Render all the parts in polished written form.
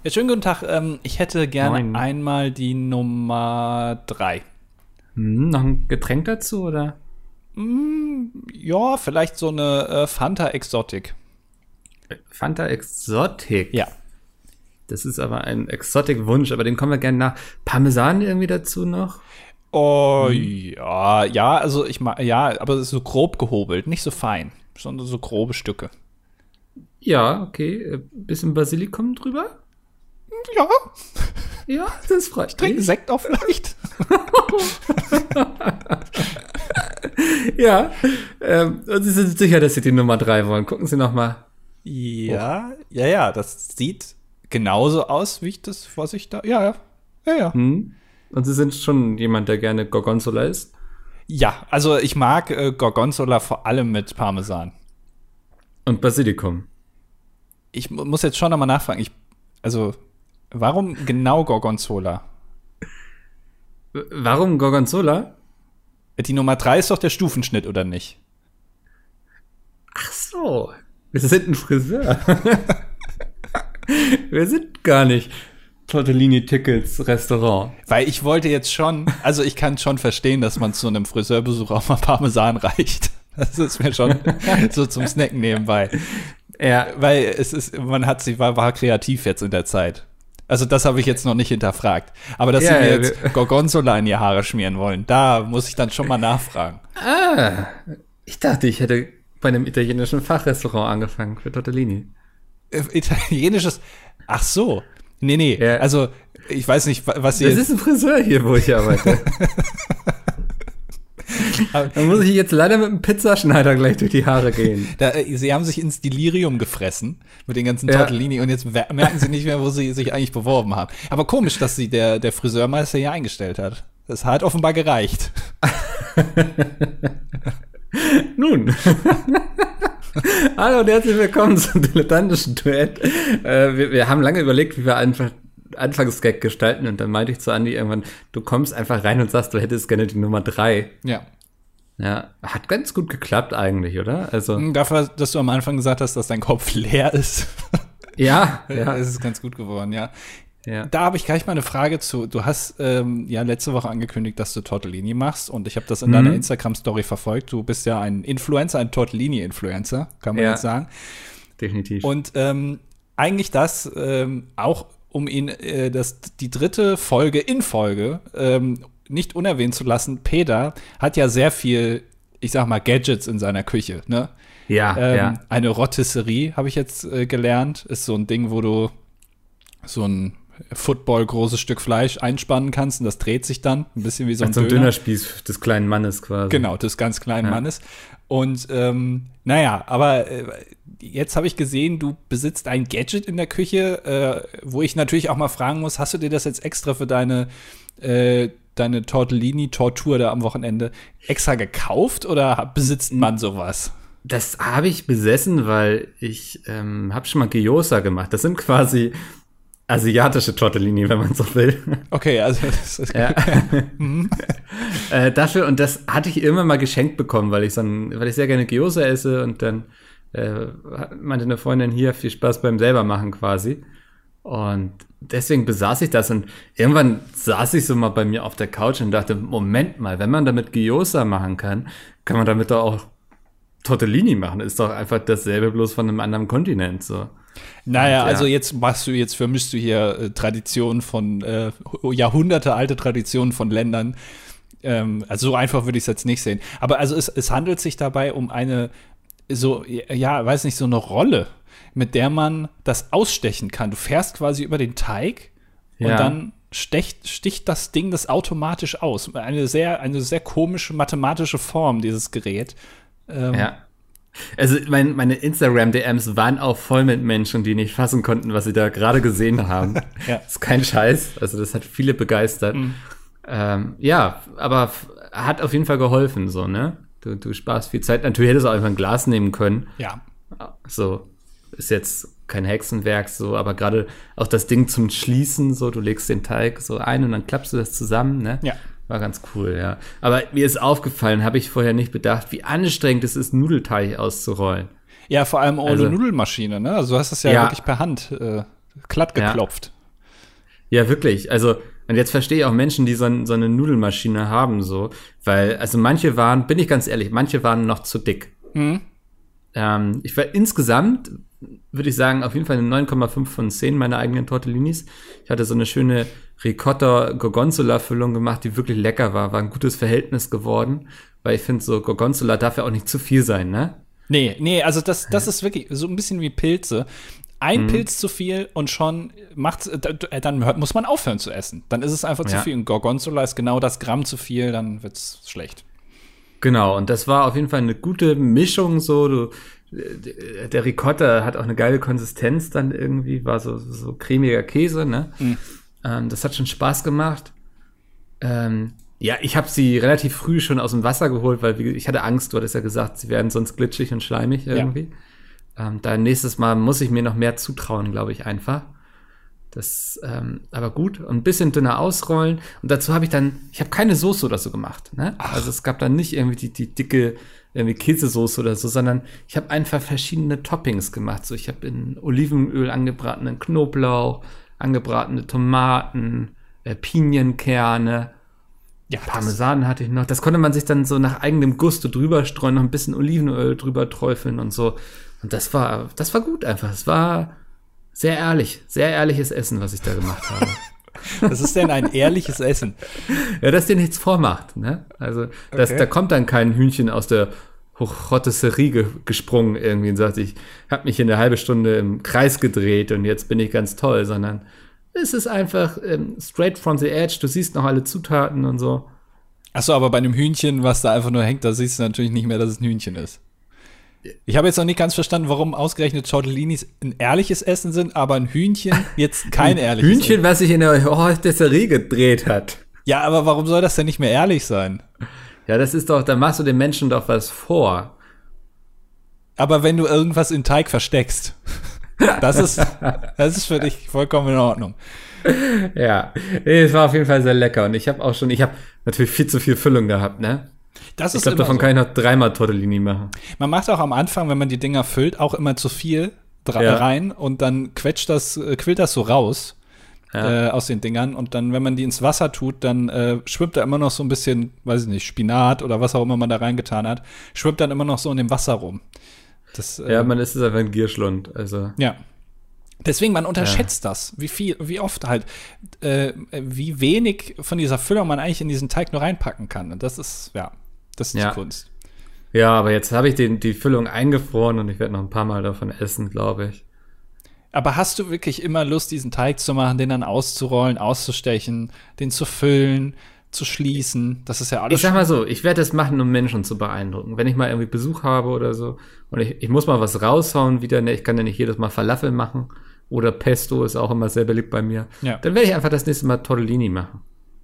Ja, schönen guten Tag. Ich hätte gerne Moin. einmal die Nummer 3. Noch ein Getränk dazu, oder? Ja, vielleicht so eine Fanta Exotic. Fanta Exotic. Ja. Das ist aber ein Exotic-Wunsch, aber den kommen wir gerne nach. Parmesan irgendwie dazu noch? Oh, ja, also ich mag, ja, aber so grob gehobelt, nicht so fein, sondern so grobe Stücke. Ja, okay. Bisschen Basilikum drüber? Ja, Ja, das freut trinken mich. Sekt auch vielleicht. Ja. Und Sie sind sicher, dass Sie die Nummer 3 wollen. Gucken Sie noch mal. Ja, das sieht genauso aus, wie ich das, was ich da, ja. Und Sie sind schon jemand, der gerne Gorgonzola isst? Ja, also ich mag Gorgonzola vor allem mit Parmesan. Und Basilikum. Ich muss jetzt schon nochmal nachfragen. Warum genau Gorgonzola? Warum Gorgonzola? Die Nummer 3 ist doch der Stufenschnitt, oder nicht? Ach so. Wir sind ein Friseur. Wir sind gar nicht Tortellini Tickets Restaurant. Weil ich wollte jetzt schon, also ich kann schon verstehen, dass man zu einem Friseurbesuch auch mal Parmesan reicht. Das ist mir schon so zum Snacken nebenbei. Ja, Weil war kreativ jetzt in der Zeit. Also das habe ich jetzt noch nicht hinterfragt. Aber dass sie mir jetzt Gorgonzola in die Haare schmieren wollen, da muss ich dann schon mal nachfragen. ich dachte, ich hätte bei einem italienischen Fachrestaurant angefangen für Tortellini. Italienisches, ach so. Nee, Ja. also ich weiß nicht, was sie Das jetzt, ist ein Friseur hier, wo ich arbeite. Dann muss ich jetzt leider mit einem Pizzaschneider gleich durch die Haare gehen. sie haben sich ins Delirium gefressen mit den ganzen Ja. Tortellini und jetzt merken sie nicht mehr, wo sie sich eigentlich beworben haben. Aber komisch, dass sie der Friseurmeister hier eingestellt hat. Das hat offenbar gereicht. Nun. Hallo und herzlich willkommen zum dilettantischen Duett. Wir haben lange überlegt, wie wir einfach Anfangsgag gestalten und dann meinte ich zu Andi irgendwann, du kommst einfach rein und sagst, du hättest gerne die Nummer 3. Ja. Ja, hat ganz gut geklappt eigentlich, oder? Also, Dafür, dass du am Anfang gesagt hast, dass dein Kopf leer ist. ja. Es ist ganz gut geworden, ja. Ja. Da habe ich gleich mal eine Frage zu. Du hast letzte Woche angekündigt, dass du Tortellini machst und ich habe das in deiner Instagram-Story verfolgt. Du bist ja ein Influencer, ein Tortellini-Influencer, kann man Ja. jetzt sagen. Definitiv. Und eigentlich das auch, um ihn die dritte Folge in Folge nicht unerwähnt zu lassen. Peter hat ja sehr viel, ich sag mal, Gadgets in seiner Küche, ne? ja. Eine Rotisserie, habe ich jetzt gelernt, ist so ein Ding, wo du so ein Football-großes Stück Fleisch einspannen kannst und das dreht sich dann ein bisschen wie so ein So ein Döner. Dönerspieß des kleinen Mannes quasi. Genau, des ganz kleinen Ja. Mannes. Und jetzt habe ich gesehen, du besitzt ein Gadget in der Küche, wo ich natürlich auch mal fragen muss, hast du dir das jetzt extra für deine Tortellini-Tortur da am Wochenende extra gekauft oder besitzt man sowas? Das habe ich besessen, weil ich habe schon mal Gyoza gemacht. Das sind quasi asiatische Tortellini, wenn man so will. Okay, also das ist Ja. Dafür, und das hatte ich immer mal geschenkt bekommen, weil ich sehr gerne Gyoza esse und dann meinte eine Freundin hier, viel Spaß beim selber machen quasi. Und deswegen besaß ich das und irgendwann saß ich so mal bei mir auf der Couch und dachte, Moment mal, wenn man damit Gyoza machen kann, kann man damit doch auch Tortellini machen. Ist doch einfach dasselbe, bloß von einem anderen Kontinent, so. Naja, Und, ja. also jetzt vermischst du hier Traditionen von jahrhundertealte Traditionen von Ländern. Also so einfach würde ich es jetzt nicht sehen. Aber also es handelt sich dabei um eine so eine Rolle, mit der man das ausstechen kann. Du fährst quasi über den Teig und Ja. dann sticht das Ding das automatisch aus. Eine sehr komische mathematische Form, dieses Gerät. Ja. Also meine Instagram-DMs waren auch voll mit Menschen, die nicht fassen konnten, was sie da gerade gesehen haben. Ja. Das ist kein Scheiß. Also das hat viele begeistert. Ja, aber hat auf jeden Fall geholfen, so, ne? Du sparst viel Zeit. Natürlich hättest du auch einfach ein Glas nehmen können. Ja. So, ist jetzt kein Hexenwerk, so, aber gerade auch das Ding zum Schließen, so, du legst den Teig so ein und dann klappst du das zusammen, ne? Ja. War ganz cool, ja. Aber mir ist aufgefallen, habe ich vorher nicht bedacht, wie anstrengend es ist, Nudelteig auszurollen. Ja, vor allem ohne Also- Nudelmaschine, ne? Also du hast es ja Ja. wirklich per Hand glatt geklopft. Ja, wirklich. Also, und jetzt verstehe ich auch Menschen, die so eine Nudelmaschine haben, so. Weil, also manche waren, bin ich ganz ehrlich, manche waren noch zu dick. Mhm. Ich war insgesamt, würde ich sagen, auf jeden Fall eine 9,5 von 10 meiner eigenen Tortellinis. Ich hatte so eine schöne Ricotta-Gorgonzola-Füllung gemacht, die wirklich lecker war. War ein gutes Verhältnis geworden, weil ich finde, so Gorgonzola darf ja auch nicht zu viel sein, ne? Nee, also das ist wirklich so ein bisschen wie Pilze. Ein Pilz zu viel und schon dann muss man aufhören zu essen. Dann ist es einfach zu viel. Und Gorgonzola ist genau das Gramm zu viel, dann wird's schlecht. Genau, und das war auf jeden Fall eine gute Mischung, so, der Ricotta hat auch eine geile Konsistenz dann irgendwie, war so cremiger Käse, ne? Das hat schon Spaß gemacht. Ja, ich habe sie relativ früh schon aus dem Wasser geholt, weil ich hatte Angst, du hattest ja gesagt, sie werden sonst glitschig und schleimig irgendwie. Da nächstes Mal muss ich mir noch mehr zutrauen, glaube ich, einfach. Das, aber gut, und ein bisschen dünner ausrollen. Und dazu habe ich habe keine Soße oder so gemacht, ne? Also es gab dann nicht irgendwie die dicke irgendwie Käsesoße oder so, sondern ich habe einfach verschiedene Toppings gemacht. So, ich habe in Olivenöl angebratenen Knoblauch, angebratene Tomaten, Pinienkerne, Ja, Parmesan hatte ich noch. Das konnte man sich dann so nach eigenem Gusto drüber streuen, noch ein bisschen Olivenöl drüber träufeln und so. Und das war gut einfach. Es war sehr ehrliches Essen, was ich da gemacht habe. Was ist denn ein ehrliches Essen? Ja, dass dir nichts vormacht, ne? Also, da kommt dann kein Hühnchen aus der Rotisserie gesprungen irgendwie und sagt, ich habe mich hier eine halbe Stunde im Kreis gedreht und jetzt bin ich ganz toll, sondern es ist einfach straight from the edge. Du siehst noch alle Zutaten und so. Achso, aber bei einem Hühnchen, was da einfach nur hängt, da siehst du natürlich nicht mehr, dass es ein Hühnchen ist. Ich habe jetzt noch nicht ganz verstanden, warum ausgerechnet Tortellinis ein ehrliches Essen sind, aber ein Hühnchen jetzt kein ehrliches Hühnchen, Essen. was sich in der Rotisserie gedreht hat. Ja, aber warum soll das denn nicht mehr ehrlich sein? Ja, das ist doch, da machst du den Menschen doch was vor. Aber wenn du irgendwas in Teig versteckst, das ist für dich vollkommen in Ordnung. Ja, es war auf jeden Fall sehr lecker. Und ich habe natürlich viel zu viel Füllung gehabt, ne? Das Ich glaube, davon kann ich noch 3-mal Tortellini machen. Man macht auch am Anfang, wenn man die Dinger füllt, auch immer zu viel rein und dann quillt das so raus aus den Dingern. Und dann, wenn man die ins Wasser tut, dann schwimmt da immer noch so ein bisschen, weiß ich nicht, Spinat oder was auch immer man da reingetan hat, schwimmt dann immer noch so in dem Wasser rum. Man ist es einfach ein Gierschlund. Also. Ja. Deswegen, man unterschätzt das, wie oft halt, wie wenig von dieser Füllung man eigentlich in diesen Teig nur reinpacken kann. Und das ist die Kunst. Ja, aber jetzt habe ich die Füllung eingefroren und ich werde noch ein paar Mal davon essen, glaube ich. Aber hast du wirklich immer Lust, diesen Teig zu machen, den dann auszurollen, auszustechen, den zu füllen, zu schließen? Das ist ja alles. Ich sag mal so, ich werde das machen, um Menschen zu beeindrucken. Wenn ich mal irgendwie Besuch habe oder so und ich muss mal was raushauen wieder, ne, ich kann ja nicht jedes Mal Falafel machen oder Pesto ist auch immer sehr beliebt bei mir. Ja. Dann werde ich einfach das nächste Mal Tortellini machen.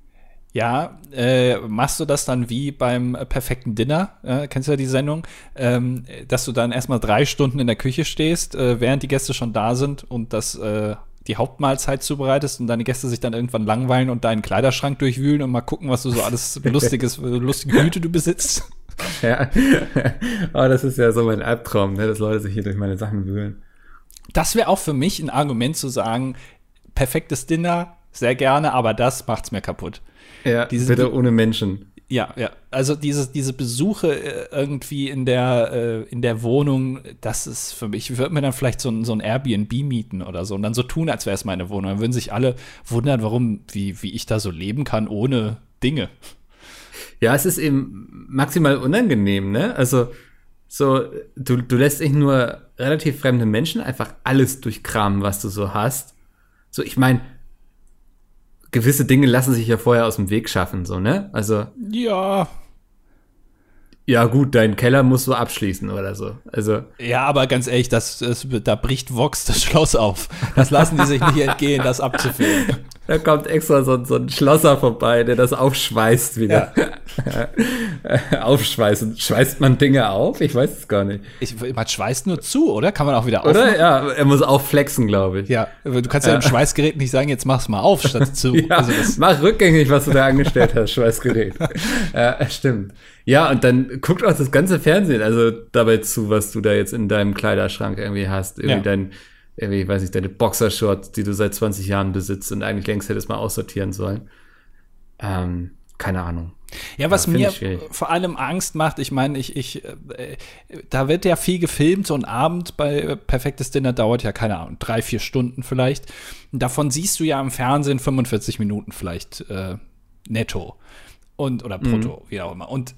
Ja, machst du das dann wie beim perfekten Dinner? Kennst du ja die Sendung? Dass du dann erstmal 3 Stunden in der Küche stehst, während die Gäste schon da sind und die Hauptmahlzeit zubereitest und deine Gäste sich dann irgendwann langweilen und deinen Kleiderschrank durchwühlen und mal gucken, was du so alles lustige Hüte du besitzt. Ja, aber das ist ja so mein Albtraum, ne, dass Leute sich hier durch meine Sachen wühlen. Das wäre auch für mich ein Argument zu sagen, perfektes Dinner, sehr gerne, aber das macht's mir kaputt. Ja, bitte ohne Menschen. Ja. Also diese Besuche irgendwie in der Wohnung, das ist für mich, ich würde mir dann vielleicht so ein Airbnb mieten oder so und dann so tun, als wäre es meine Wohnung. Dann würden sich alle wundern, wie ich da so leben kann ohne Dinge. Ja, es ist eben maximal unangenehm, ne? Also so, du lässt dich nur relativ fremde Menschen einfach alles durchkramen, was du so hast. So, ich meine, gewisse Dinge lassen sich ja vorher aus dem Weg schaffen, so, ne? Also. Ja. Ja, gut, deinen Keller musst du abschließen oder so. Also. Ja, aber ganz ehrlich, da bricht Vox das Schloss auf. Das lassen die sich nicht entgehen, das abzufüllen. Da kommt extra so ein Schlosser vorbei, der das aufschweißt wieder. Ja. Aufschweißen. Schweißt man Dinge auf? Ich weiß es gar nicht. Man schweißt nur zu, oder? Kann man auch wieder aufmachen? Oder? Ja, er muss auch flexen, glaube ich. Ja, du kannst ja im Schweißgerät nicht sagen, jetzt mach's mal auf, statt zu. Ja, also mach rückgängig, was du da angestellt hast, Schweißgerät. Stimmt. Ja, und dann guckt auch das ganze Fernsehen also dabei zu, was du da jetzt in deinem Kleiderschrank irgendwie hast. Irgendwie irgendwie, weiß ich, deine Boxershorts, die du seit 20 Jahren besitzt und eigentlich längst hättest mal aussortieren sollen. Keine Ahnung. Ja, was mir vor allem Angst macht, ich meine, da wird ja viel gefilmt, so ein Abend bei Perfektes Dinner dauert ja, keine Ahnung, 3-4 Stunden vielleicht. Und davon siehst du ja im Fernsehen 45 Minuten vielleicht netto oder brutto, wie auch immer. Und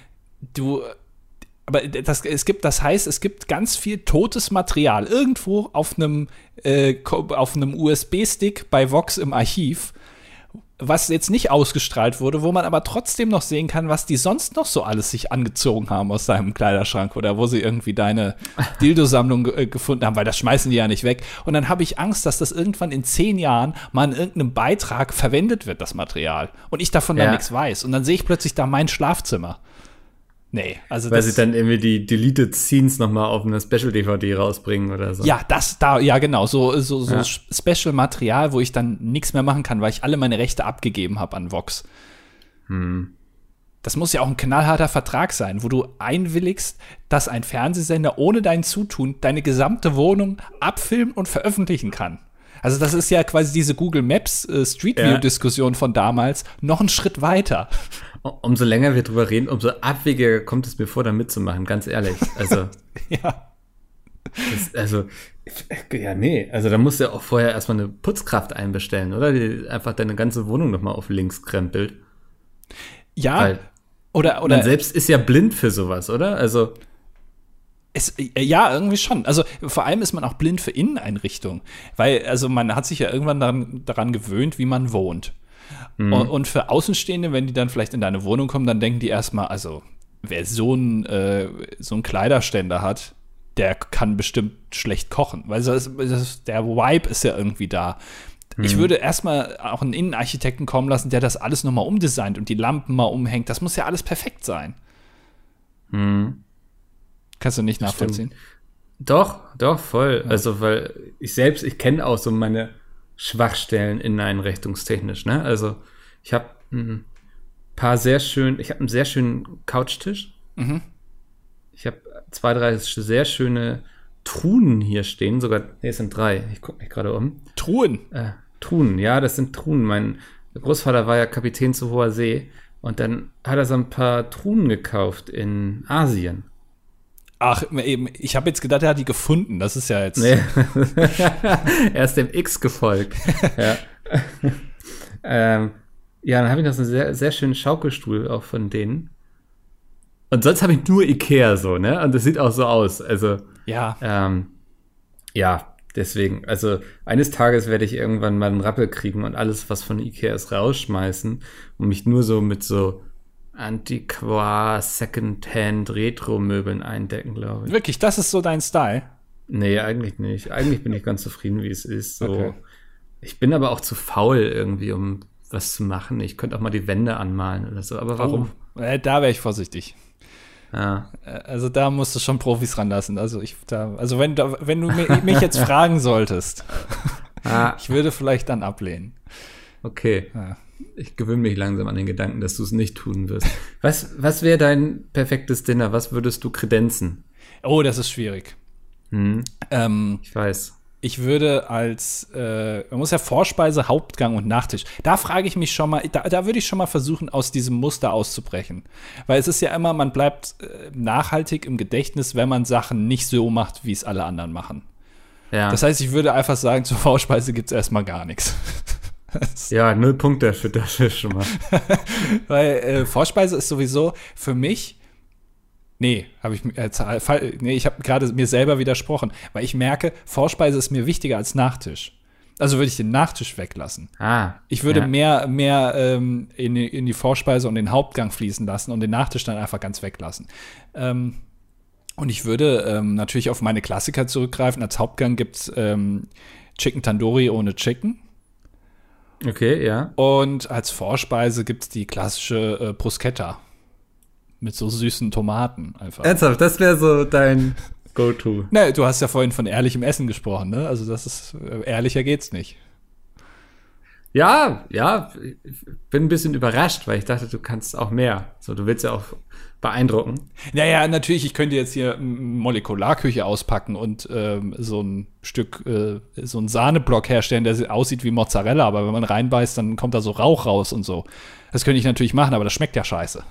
das heißt, es gibt ganz viel totes Material irgendwo auf einem USB-Stick bei Vox im Archiv, was jetzt nicht ausgestrahlt wurde, wo man aber trotzdem noch sehen kann, was die sonst noch so alles sich angezogen haben aus deinem Kleiderschrank oder wo sie irgendwie deine Dildo-Sammlung gefunden haben, weil das schmeißen die ja nicht weg. Und dann habe ich Angst, dass das irgendwann in 10 Jahren mal in irgendeinem Beitrag verwendet wird, das Material. Und ich davon dann nichts weiß. Und dann sehe ich plötzlich da mein Schlafzimmer. Nee, also weil sie dann irgendwie die Deleted Scenes nochmal auf eine Special-DVD rausbringen oder so. Ja, genau, so Special-Material, wo ich dann nichts mehr machen kann, weil ich alle meine Rechte abgegeben habe an Vox. Das muss ja auch ein knallharter Vertrag sein, wo du einwilligst, dass ein Fernsehsender ohne dein Zutun deine gesamte Wohnung abfilmen und veröffentlichen kann. Also das ist ja quasi diese Google Maps Street View-Diskussion von damals noch einen Schritt weiter. Umso länger wir drüber reden, umso abwegiger kommt es mir vor, da mitzumachen, ganz ehrlich. Also, Also da musst du ja auch vorher erstmal eine Putzkraft einbestellen, oder? Die einfach deine ganze Wohnung nochmal auf links krempelt. Ja, weil oder man selbst ist ja blind für sowas, oder? Also ja, irgendwie schon. Also vor allem ist man auch blind für Inneneinrichtungen, weil also man hat sich ja irgendwann daran gewöhnt, wie man wohnt. Und für Außenstehende, wenn die dann vielleicht in deine Wohnung kommen, dann denken die erstmal, also wer so einen Kleiderständer hat, der kann bestimmt schlecht kochen, weil der Vibe ist ja irgendwie da. Ich würde erstmal auch einen Innenarchitekten kommen lassen, der das alles nochmal umdesignt und die Lampen mal umhängt. Das muss ja alles perfekt sein. Kannst du nicht nachvollziehen? Doch, voll. Ja. Also, weil ich kenne auch so meine Schwachstellen inneneinrichtungstechnisch, ne? Also, ich habe einen sehr schönen Couchtisch. Ich habe 2, 3 sehr schöne Truhen hier stehen, es sind 3. Ich gucke mich gerade um. Truhen? Truhen, ja, das sind Truhen. Mein Großvater war ja Kapitän zu hoher See und dann hat er so ein paar Truhen gekauft in Asien. Ach, ich habe jetzt gedacht, er hat die gefunden. Das ist ja jetzt. Nee. Er ist dem X gefolgt. Ja. Dann habe ich noch so einen sehr, sehr schönen Schaukelstuhl auch von denen. Und sonst habe ich nur Ikea so, ne? Und das sieht auch so aus. Also, deswegen. Also, eines Tages werde ich irgendwann mal einen Rappel kriegen und alles, was von Ikea ist, rausschmeißen und mich nur so mit so Antiquar, Secondhand, Retro-Möbeln eindecken, glaube ich. Wirklich, das ist so dein Style? Nee, eigentlich nicht. Eigentlich bin ich ganz zufrieden, wie es ist. So. Okay. Ich bin aber auch zu faul irgendwie, um was zu machen. Ich könnte auch mal die Wände anmalen oder so. Aber warum? Da wäre ich vorsichtig. Ja. Also da musst du schon Profis ranlassen. Also wenn du mich jetzt fragen solltest, ich würde vielleicht dann ablehnen. Okay. Ja. Ich gewöhne mich langsam an den Gedanken, dass du es nicht tun wirst. Was wäre dein perfektes Dinner? Was würdest du kredenzen? Oh, das ist schwierig. Ich weiß. Ich würde man muss ja Vorspeise, Hauptgang und Nachtisch. Da frage ich mich schon mal, da würde ich schon mal versuchen, aus diesem Muster auszubrechen. Weil es ist ja immer, man bleibt nachhaltig im Gedächtnis, wenn man Sachen nicht so macht, wie es alle anderen machen. Ja. Das heißt, ich würde einfach sagen, zur Vorspeise gibt es erstmal gar nichts. Ja, 0 Punkte für das schon mal. Weil Vorspeise ist sowieso für mich ich habe gerade mir selber widersprochen, weil ich merke, Vorspeise ist mir wichtiger als Nachtisch. Also würde ich den Nachtisch weglassen. Ich würde mehr in die Vorspeise und den Hauptgang fließen lassen und den Nachtisch dann einfach ganz weglassen. Und ich würde natürlich auf meine Klassiker zurückgreifen. Als Hauptgang gibt's Chicken Tandoori ohne Chicken. Okay, ja. Und als Vorspeise gibt's die klassische Bruschetta. Mit so süßen Tomaten einfach. Ernsthaft, das wäre so dein Go-To. Ne, du hast ja vorhin von ehrlichem Essen gesprochen, ne? Also das ist, ehrlicher geht's nicht. Ja, ich bin ein bisschen überrascht, weil ich dachte, du kannst auch mehr. So, du willst ja auch beeindrucken. Naja, natürlich, ich könnte jetzt hier Molekularküche auspacken und so ein Stück, so einen Sahneblock herstellen, der aussieht wie Mozzarella, aber wenn man reinbeißt, dann kommt da so Rauch raus und so. Das könnte ich natürlich machen, aber das schmeckt ja scheiße.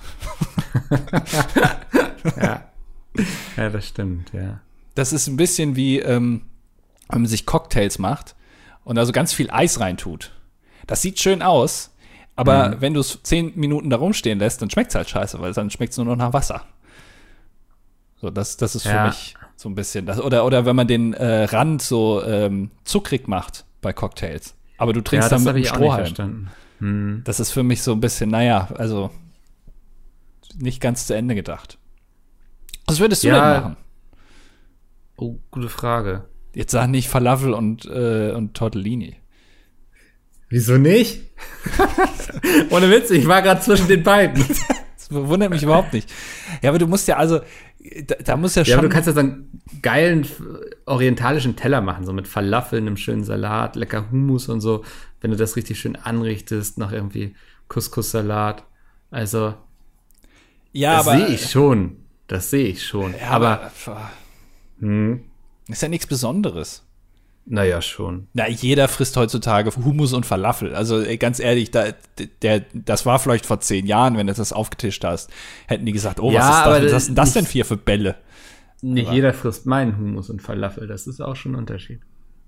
Ja, das stimmt, ja. Das ist ein bisschen wie, wenn man sich Cocktails macht und da so ganz viel Eis reintut. Das sieht schön aus, aber wenn du es 10 Minuten da rumstehen lässt, dann schmeckt es halt scheiße, weil dann schmeckt es nur noch nach Wasser. So, das ist für mich so ein bisschen das. Oder wenn man den Rand so zuckrig macht bei Cocktails. Aber du trinkst dann mit einem Strohhalm. Das ist für mich so ein bisschen, naja, also nicht ganz zu Ende gedacht. Was würdest du denn machen? Oh, gute Frage. Jetzt sag nicht Falafel und Tortellini. Wieso nicht? Ohne Witz, ich war gerade zwischen den beiden. Das wundert mich überhaupt nicht. Ja, aber du musst ja, also, da muss ja schon. Ja, aber du kannst ja so einen geilen orientalischen Teller machen, so mit Falafel, einem schönen Salat, lecker Hummus und so. Wenn du das richtig schön anrichtest, noch irgendwie Couscous-Salat. Also, ja, das sehe ich schon. Das sehe ich schon. Ja, aber ist ja nichts Besonderes. Naja, schon. Na, jeder frisst heutzutage Hummus und Falafel. Also ganz ehrlich, das war vielleicht vor 10 Jahren, wenn du das aufgetischt hast, hätten die gesagt, oh, was ist das denn für Bälle? Nicht aber jeder frisst meinen Hummus und Falafel, das ist auch schon ein Unterschied.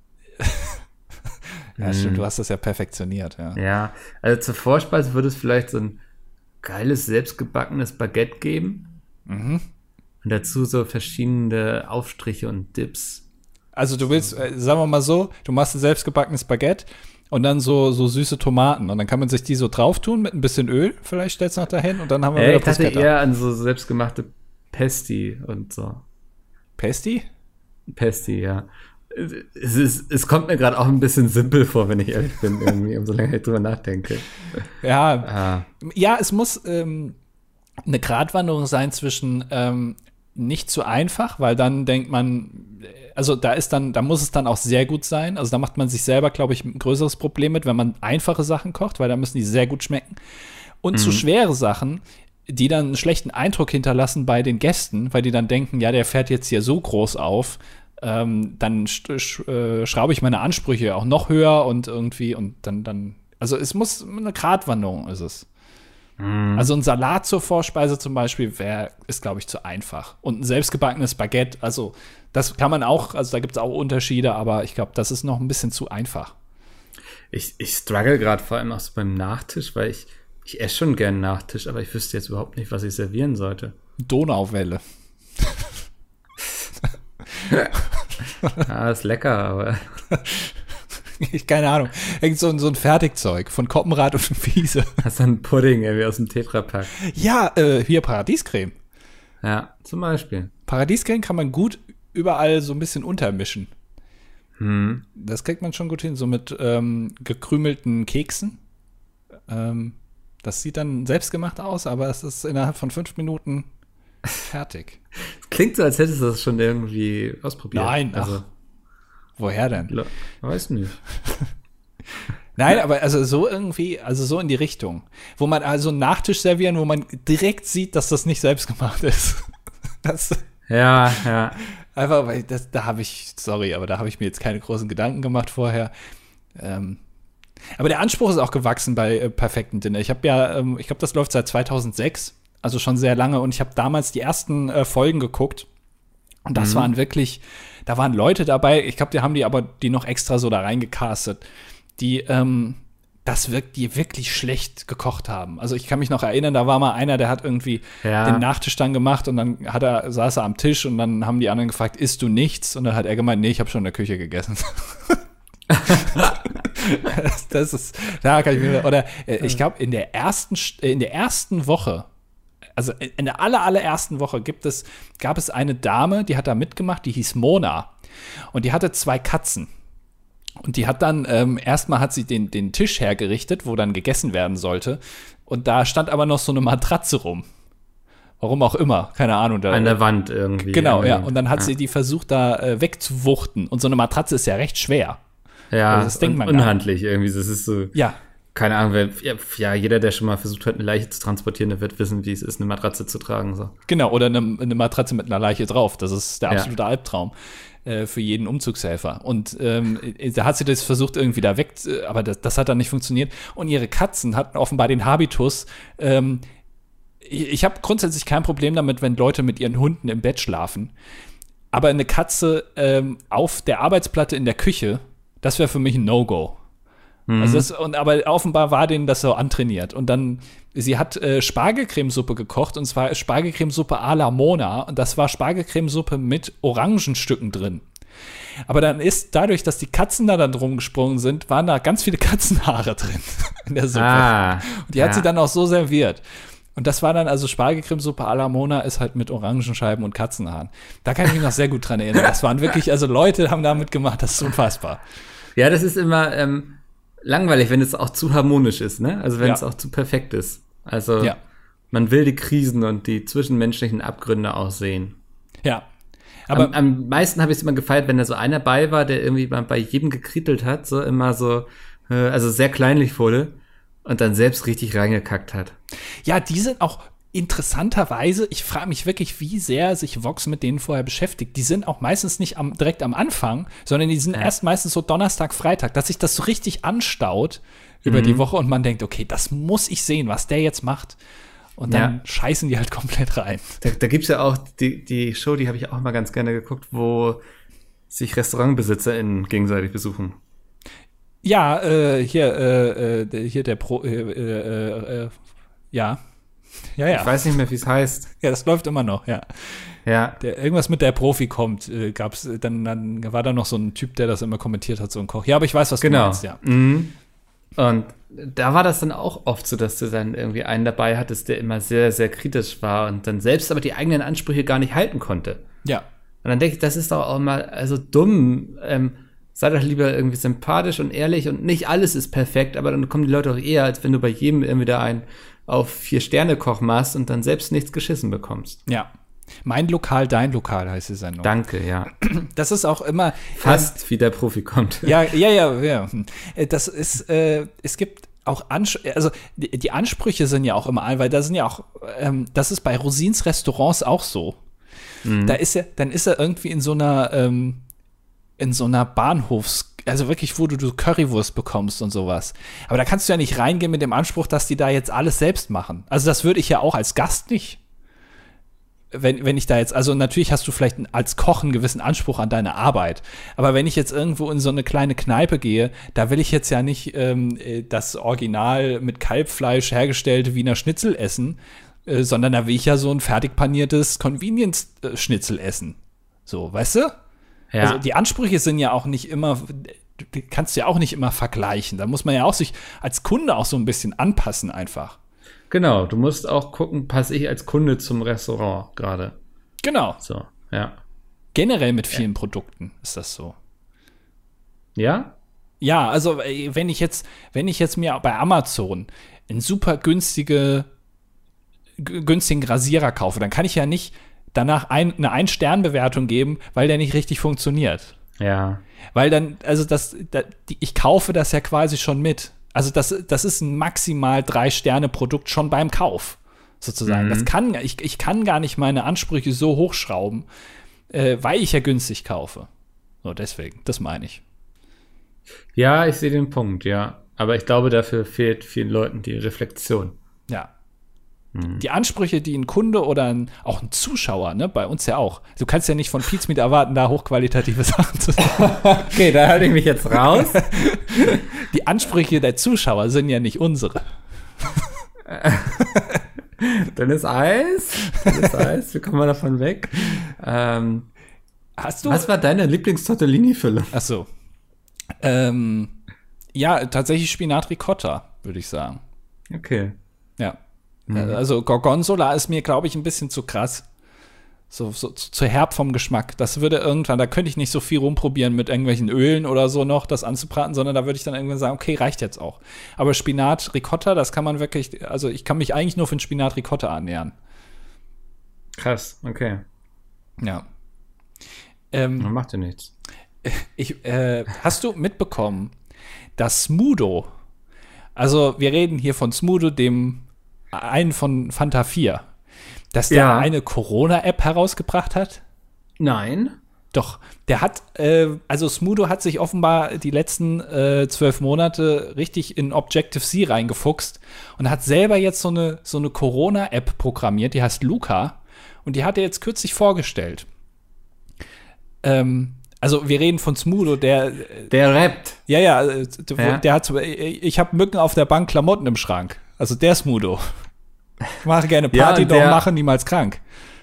Ja, stimmt, du hast das ja perfektioniert, ja. Ja, also zur Vorspeise würde es vielleicht so ein geiles, selbstgebackenes Baguette geben. Und dazu so verschiedene Aufstriche und Dips. Also du willst, sagen wir mal so, du machst ein selbstgebackenes Baguette und dann so süße Tomaten und dann kann man sich die so drauf tun mit ein bisschen Öl, vielleicht stellst du noch dahin und dann haben wir wieder Bruschetta. Ich dachte eher an so selbstgemachte Pesti und so. Pesti? Pesti, ja. Es kommt mir gerade auch ein bisschen simpel vor, wenn ich ehrlich bin, irgendwie, umso länger ich drüber nachdenke. Ja, es muss eine Gratwanderung sein zwischen nicht zu einfach, weil dann denkt man, also da muss es dann auch sehr gut sein. Also da macht man sich selber, glaube ich, ein größeres Problem mit, wenn man einfache Sachen kocht, weil da müssen die sehr gut schmecken. Und zu schwere Sachen, die dann einen schlechten Eindruck hinterlassen bei den Gästen, weil die dann denken, ja, der fährt jetzt hier so groß auf, dann schraube ich meine Ansprüche auch noch höher und irgendwie und dann, also es muss eine Gratwanderung ist es. Also ein Salat zur Vorspeise zum Beispiel ist, glaube ich, zu einfach. Und ein selbstgebackenes Baguette, also das kann man auch, also da gibt es auch Unterschiede, aber ich glaube, das ist noch ein bisschen zu einfach. Ich struggle gerade vor allem auch so beim Nachtisch, weil ich esse schon gern Nachtisch, aber ich wüsste jetzt überhaupt nicht, was ich servieren sollte. Donauwelle. Ja, ist lecker, aber keine Ahnung. Irgend so ein Fertigzeug von Koppenrad und Wiese. Hast du einen Pudding irgendwie aus dem Tetrapack? Ja, hier Paradiescreme. Ja, zum Beispiel. Paradiescreme kann man gut überall so ein bisschen untermischen. Das kriegt man schon gut hin, so mit gekrümelten Keksen. Das sieht dann selbstgemacht aus, aber es ist innerhalb von 5 Minuten fertig. Klingt so, als hättest du das schon irgendwie ausprobiert. Nein, also woher denn? Weiß nicht. Nein, aber also so irgendwie, also so in die Richtung. Wo man also einen Nachtisch servieren, wo man direkt sieht, dass das nicht selbst gemacht ist. Ja. Einfach, weil da habe ich mir jetzt keine großen Gedanken gemacht vorher. Aber der Anspruch ist auch gewachsen bei Perfekten Dinner. Ich habe ich glaube, das läuft seit 2006, also schon sehr lange. Und ich habe damals die ersten Folgen geguckt. Und das waren wirklich, da waren Leute dabei, ich glaube, die noch extra so da reingecastet, die wirklich schlecht gekocht haben. Also ich kann mich noch erinnern, da war mal einer, der hat irgendwie den Nachtisch dann gemacht und dann saß er am Tisch und dann haben die anderen gefragt, isst du nichts? Und dann hat er gemeint, nee, ich habe schon in der Küche gegessen. Ich glaube, in der ersten Woche, also in der allerersten Woche gab es eine Dame, die hat da mitgemacht, die hieß Mona. Und die hatte 2 Katzen. Und die hat dann, erstmal hat sie den Tisch hergerichtet, wo dann gegessen werden sollte. Und da stand aber noch so eine Matratze rum. Warum auch immer, keine Ahnung. An der Wand irgendwie. Genau, ja. Und dann hat sie die versucht, da wegzuwuchten. Und so eine Matratze ist ja recht schwer. Ja, also das denkt man unhandlich irgendwie. Das ist so, ja, keine Ahnung, ja, jeder, der schon mal versucht hat, eine Leiche zu transportieren, der wird wissen, wie es ist, eine Matratze zu tragen. So. genau, oder eine Matratze mit einer Leiche drauf. Das ist der absolute Albtraum für jeden Umzugshelfer. Und da hat sie das versucht, irgendwie da weg, aber das hat dann nicht funktioniert. Und ihre Katzen hatten offenbar den Habitus, ich habe grundsätzlich kein Problem damit, wenn Leute mit ihren Hunden im Bett schlafen. Aber eine Katze auf der Arbeitsplatte in der Küche, das wäre für mich ein No-Go. Also aber offenbar war denen das so antrainiert. Und dann, sie hat Spargelcremesuppe gekocht, und zwar Spargelcremesuppe à la Mona. Und das war Spargelcremesuppe mit Orangenstücken drin. Aber dann ist dadurch, dass die Katzen da dann rumgesprungen sind, waren da ganz viele Katzenhaare drin in der Suppe. Und die hat sie dann auch so serviert. Und das war dann also Spargelcremesuppe à la Mona, ist halt mit Orangenscheiben und Katzenhaaren. Da kann ich mich noch sehr gut dran erinnern. Das waren wirklich, also Leute haben da mitgemacht, das ist unfassbar. Ja, das ist immer langweilig, wenn es auch zu harmonisch ist, ne? Also wenn es auch zu perfekt ist. Also man will die Krisen und die zwischenmenschlichen Abgründe auch sehen. Ja. Aber am meisten habe ich es immer gefeiert, wenn da so einer bei war, der irgendwie bei jedem gekrittelt hat, so immer so, also sehr kleinlich wurde und dann selbst richtig reingekackt hat. Ja, die sind auch interessanterweise, ich frage mich wirklich, wie sehr sich Vox mit denen vorher beschäftigt. Die sind auch meistens nicht direkt am Anfang, sondern die sind erst meistens so Donnerstag, Freitag, dass sich das so richtig anstaut über die Woche und man denkt, okay, das muss ich sehen, was der jetzt macht. Und dann scheißen die halt komplett rein. Da gibt's ja auch die Show, die habe ich auch mal ganz gerne geguckt, wo sich RestaurantbesitzerInnen gegenseitig besuchen. Ja, hier der ja. Ich weiß nicht mehr, wie es heißt. Ja, das läuft immer noch, ja. Irgendwas mit der Profi kommt, gab's, dann war da noch so ein Typ, der das immer kommentiert hat, so ein Koch. Ja, aber ich weiß, was du meinst, ja. Und da war das dann auch oft so, dass du dann irgendwie einen dabei hattest, der immer sehr, sehr kritisch war und dann selbst aber die eigenen Ansprüche gar nicht halten konnte. Ja. Und dann denke ich, das ist doch auch mal, also dumm. Sei doch lieber irgendwie sympathisch und ehrlich und nicht alles ist perfekt, aber dann kommen die Leute auch eher, als wenn du bei jedem irgendwie da einen auf 4-Sterne-Koch machst und dann selbst nichts geschissen bekommst. Ja. Mein Lokal, dein Lokal heißt die Sendung. Danke, ja. Das ist auch immer fast wie der Profi kommt. Ja. Das ist, es gibt auch also die Ansprüche sind ja auch immer, weil da sind ja auch, das ist bei Rosins Restaurants auch so. Dann ist er irgendwie in so einer also wirklich, wo du Currywurst bekommst und sowas. Aber da kannst du ja nicht reingehen mit dem Anspruch, dass die da jetzt alles selbst machen. Also das würde ich ja auch als Gast nicht. Wenn ich da jetzt, also natürlich hast du vielleicht als Koch einen gewissen Anspruch an deine Arbeit, aber wenn ich jetzt irgendwo in so eine kleine Kneipe gehe, da will ich jetzt ja nicht das Original mit Kalbfleisch hergestellte Wiener Schnitzel essen, sondern da will ich ja so ein fertig paniertes Convenience-Schnitzel essen. So, weißt du? Ja. Also die Ansprüche sind ja auch nicht immer, die kannst du ja auch nicht immer vergleichen. Da muss man ja auch sich als Kunde auch so ein bisschen anpassen einfach. Genau, du musst auch gucken, passe ich als Kunde zum Restaurant gerade. Genau. So, ja. Generell mit vielen Produkten ist das so. Ja? Ja, also wenn ich jetzt mir bei Amazon einen super günstigen Rasierer kaufe, dann kann ich ja nicht danach eine 1-Stern-Bewertung geben, weil der nicht richtig funktioniert. Ja. Weil dann, also ich kaufe das ja quasi schon mit. Also das ist ein maximal 3-Sterne-Produkt schon beim Kauf, sozusagen. Ich kann gar nicht meine Ansprüche so hochschrauben, weil ich ja günstig kaufe. So, deswegen, das meine ich. Ja, ich sehe den Punkt, ja. Aber ich glaube, dafür fehlt vielen Leuten die Reflexion. Ja. Die Ansprüche, die ein Kunde oder auch ein Zuschauer, ne, bei uns ja auch. Du kannst ja nicht von Pizmeet erwarten, da hochqualitative Sachen zu sagen. Okay, da halte ich mich jetzt raus. Die Ansprüche der Zuschauer sind ja nicht unsere. Dann ist Eis. Wir kommen mal davon weg. Hast du? Was war deine Lieblings-Tortellini-Füllung? Ach so. Ja, tatsächlich Spinat Ricotta, würde ich sagen. Okay. Ja. Also Gorgonzola ist mir, glaube ich, ein bisschen zu krass. So zu herb vom Geschmack. Das würde irgendwann, da könnte ich nicht so viel rumprobieren mit irgendwelchen Ölen oder so noch, das anzubraten, sondern da würde ich dann irgendwann sagen, okay, reicht jetzt auch. Aber Spinat Ricotta, das kann man wirklich, also ich kann mich eigentlich nur für den Spinat Ricotta ernähren. Krass, okay. Ja. Man macht ja nichts. Hast du mitbekommen, dass Smudo, also wir reden hier von Smudo, dem einen von Fanta 4, dass der eine Corona-App herausgebracht hat? Nein. Doch, der hat, also Smudo hat sich offenbar die letzten 12 Monate richtig in Objective-C reingefuchst und hat selber jetzt so eine Corona-App programmiert, die heißt Luca, und die hat er jetzt kürzlich vorgestellt. Also wir reden von Smudo, der rappt. Ja. Der hat, ich habe Mücken auf der Bank, Klamotten im Schrank. Also der Smudo. Ich mache gerne Party, doch mache niemals krank.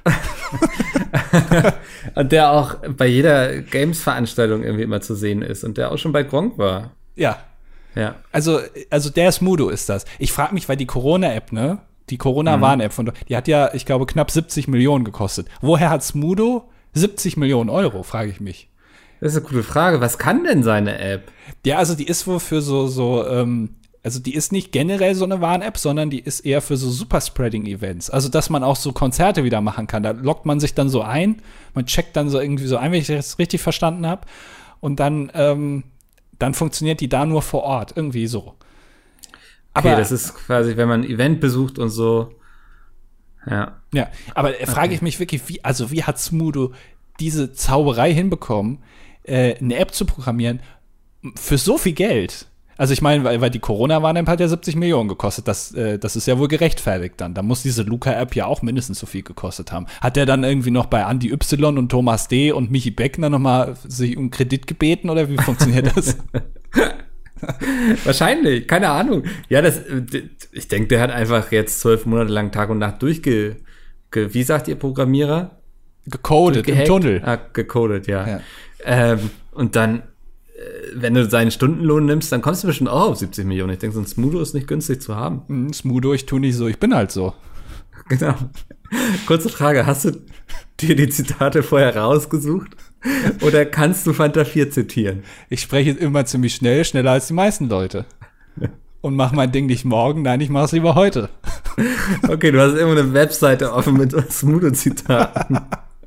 Und der auch bei jeder Games-Veranstaltung irgendwie immer zu sehen ist und der auch schon bei Gronkh war. Ja. Also der Smudo ist das. Ich frage mich, weil die Corona-App, ne? Die Corona-Warn-App die hat ja, ich glaube, knapp 70 Millionen gekostet. Woher hat Smudo 70 Millionen Euro, frage ich mich. Das ist eine gute Frage. Was kann denn seine App? Ja, also die ist wohl für also die ist nicht generell so eine Warn-App, sondern die ist eher für so Superspreading-Events. Also, dass man auch so Konzerte wieder machen kann. Da loggt man sich dann so ein, man checkt dann so irgendwie so ein, wenn ich das richtig verstanden habe. Und dann funktioniert die da nur vor Ort, irgendwie so. Aber das ist quasi, wenn man ein Event besucht und so. Ja. Ja, aber frage ich mich wirklich, wie hat Smudo diese Zauberei hinbekommen, eine App zu programmieren für so viel Geld? Also ich meine, weil die Corona-Warn-App hat ja 70 Millionen gekostet. Das ist ja wohl gerechtfertigt dann. Da muss diese Luca-App ja auch mindestens so viel gekostet haben. Hat der dann irgendwie noch bei Andy Y und Thomas D. und Michi Beckner nochmal sich um Kredit gebeten oder wie funktioniert das? Wahrscheinlich, keine Ahnung. Ja, ich denke, der hat einfach jetzt 12 Monate lang Tag und Nacht wie sagt ihr Programmierer? Gecodet im Tunnel. Gecodet, ja. Und dann wenn du seinen Stundenlohn nimmst, dann kommst du bestimmt auch auf 70 Millionen. Ich denke, so ein Smudo ist nicht günstig zu haben. Smudo, ich tue nicht so, ich bin halt so. Genau. Kurze Frage, hast du dir die Zitate vorher rausgesucht? Oder kannst du Fanta 4 zitieren? Ich spreche immer ziemlich schnell, schneller als die meisten Leute. Und mach mein Ding nicht morgen, nein, ich mache es lieber heute. Okay, du hast immer eine Webseite offen mit Smudo-Zitaten.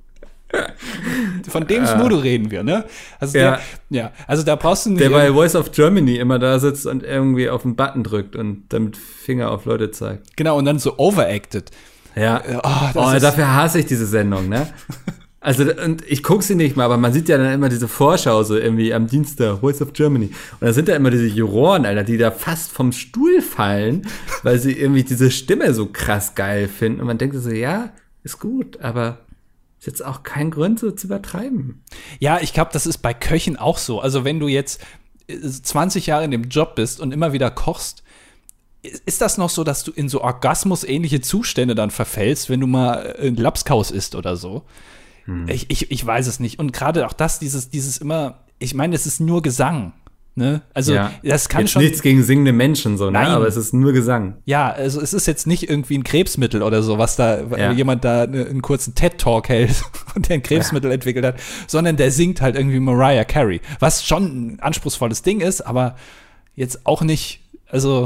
Von dem Smudo reden wir, ne? Also also da brauchst du nicht. Der bei Voice of Germany immer da sitzt und irgendwie auf den Button drückt und damit Finger auf Leute zeigt. Genau, und dann so overacted. Ja. Dafür hasse ich diese Sendung, ne? Also, und ich gucke sie nicht mal, aber man sieht ja dann immer diese Vorschau so irgendwie am Dienstag, Voice of Germany. Und da sind da immer diese Juroren, Alter, die da fast vom Stuhl fallen, weil sie irgendwie diese Stimme so krass geil finden. Und man denkt so, ja, ist gut, aber ist jetzt auch kein Grund, so zu übertreiben. Ja, ich glaube, das ist bei Köchen auch so. Also wenn du jetzt 20 Jahre in dem Job bist und immer wieder kochst, ist das noch so, dass du in so Orgasmus-ähnliche Zustände dann verfällst, wenn du mal ein Lapskaus isst oder so? Ich weiß es nicht. Und gerade auch dieses immer, ich meine, es ist nur Gesang. Ne? Also das kann jetzt schon nichts gegen singende Menschen so, ne? Aber es ist nur Gesang. Ja, also es ist jetzt nicht irgendwie ein Krebsmittel oder so, was da jemand da einen kurzen TED-Talk hält und der ein Krebsmittel entwickelt hat, sondern der singt halt irgendwie Mariah Carey, was schon ein anspruchsvolles Ding ist, aber jetzt auch nicht, also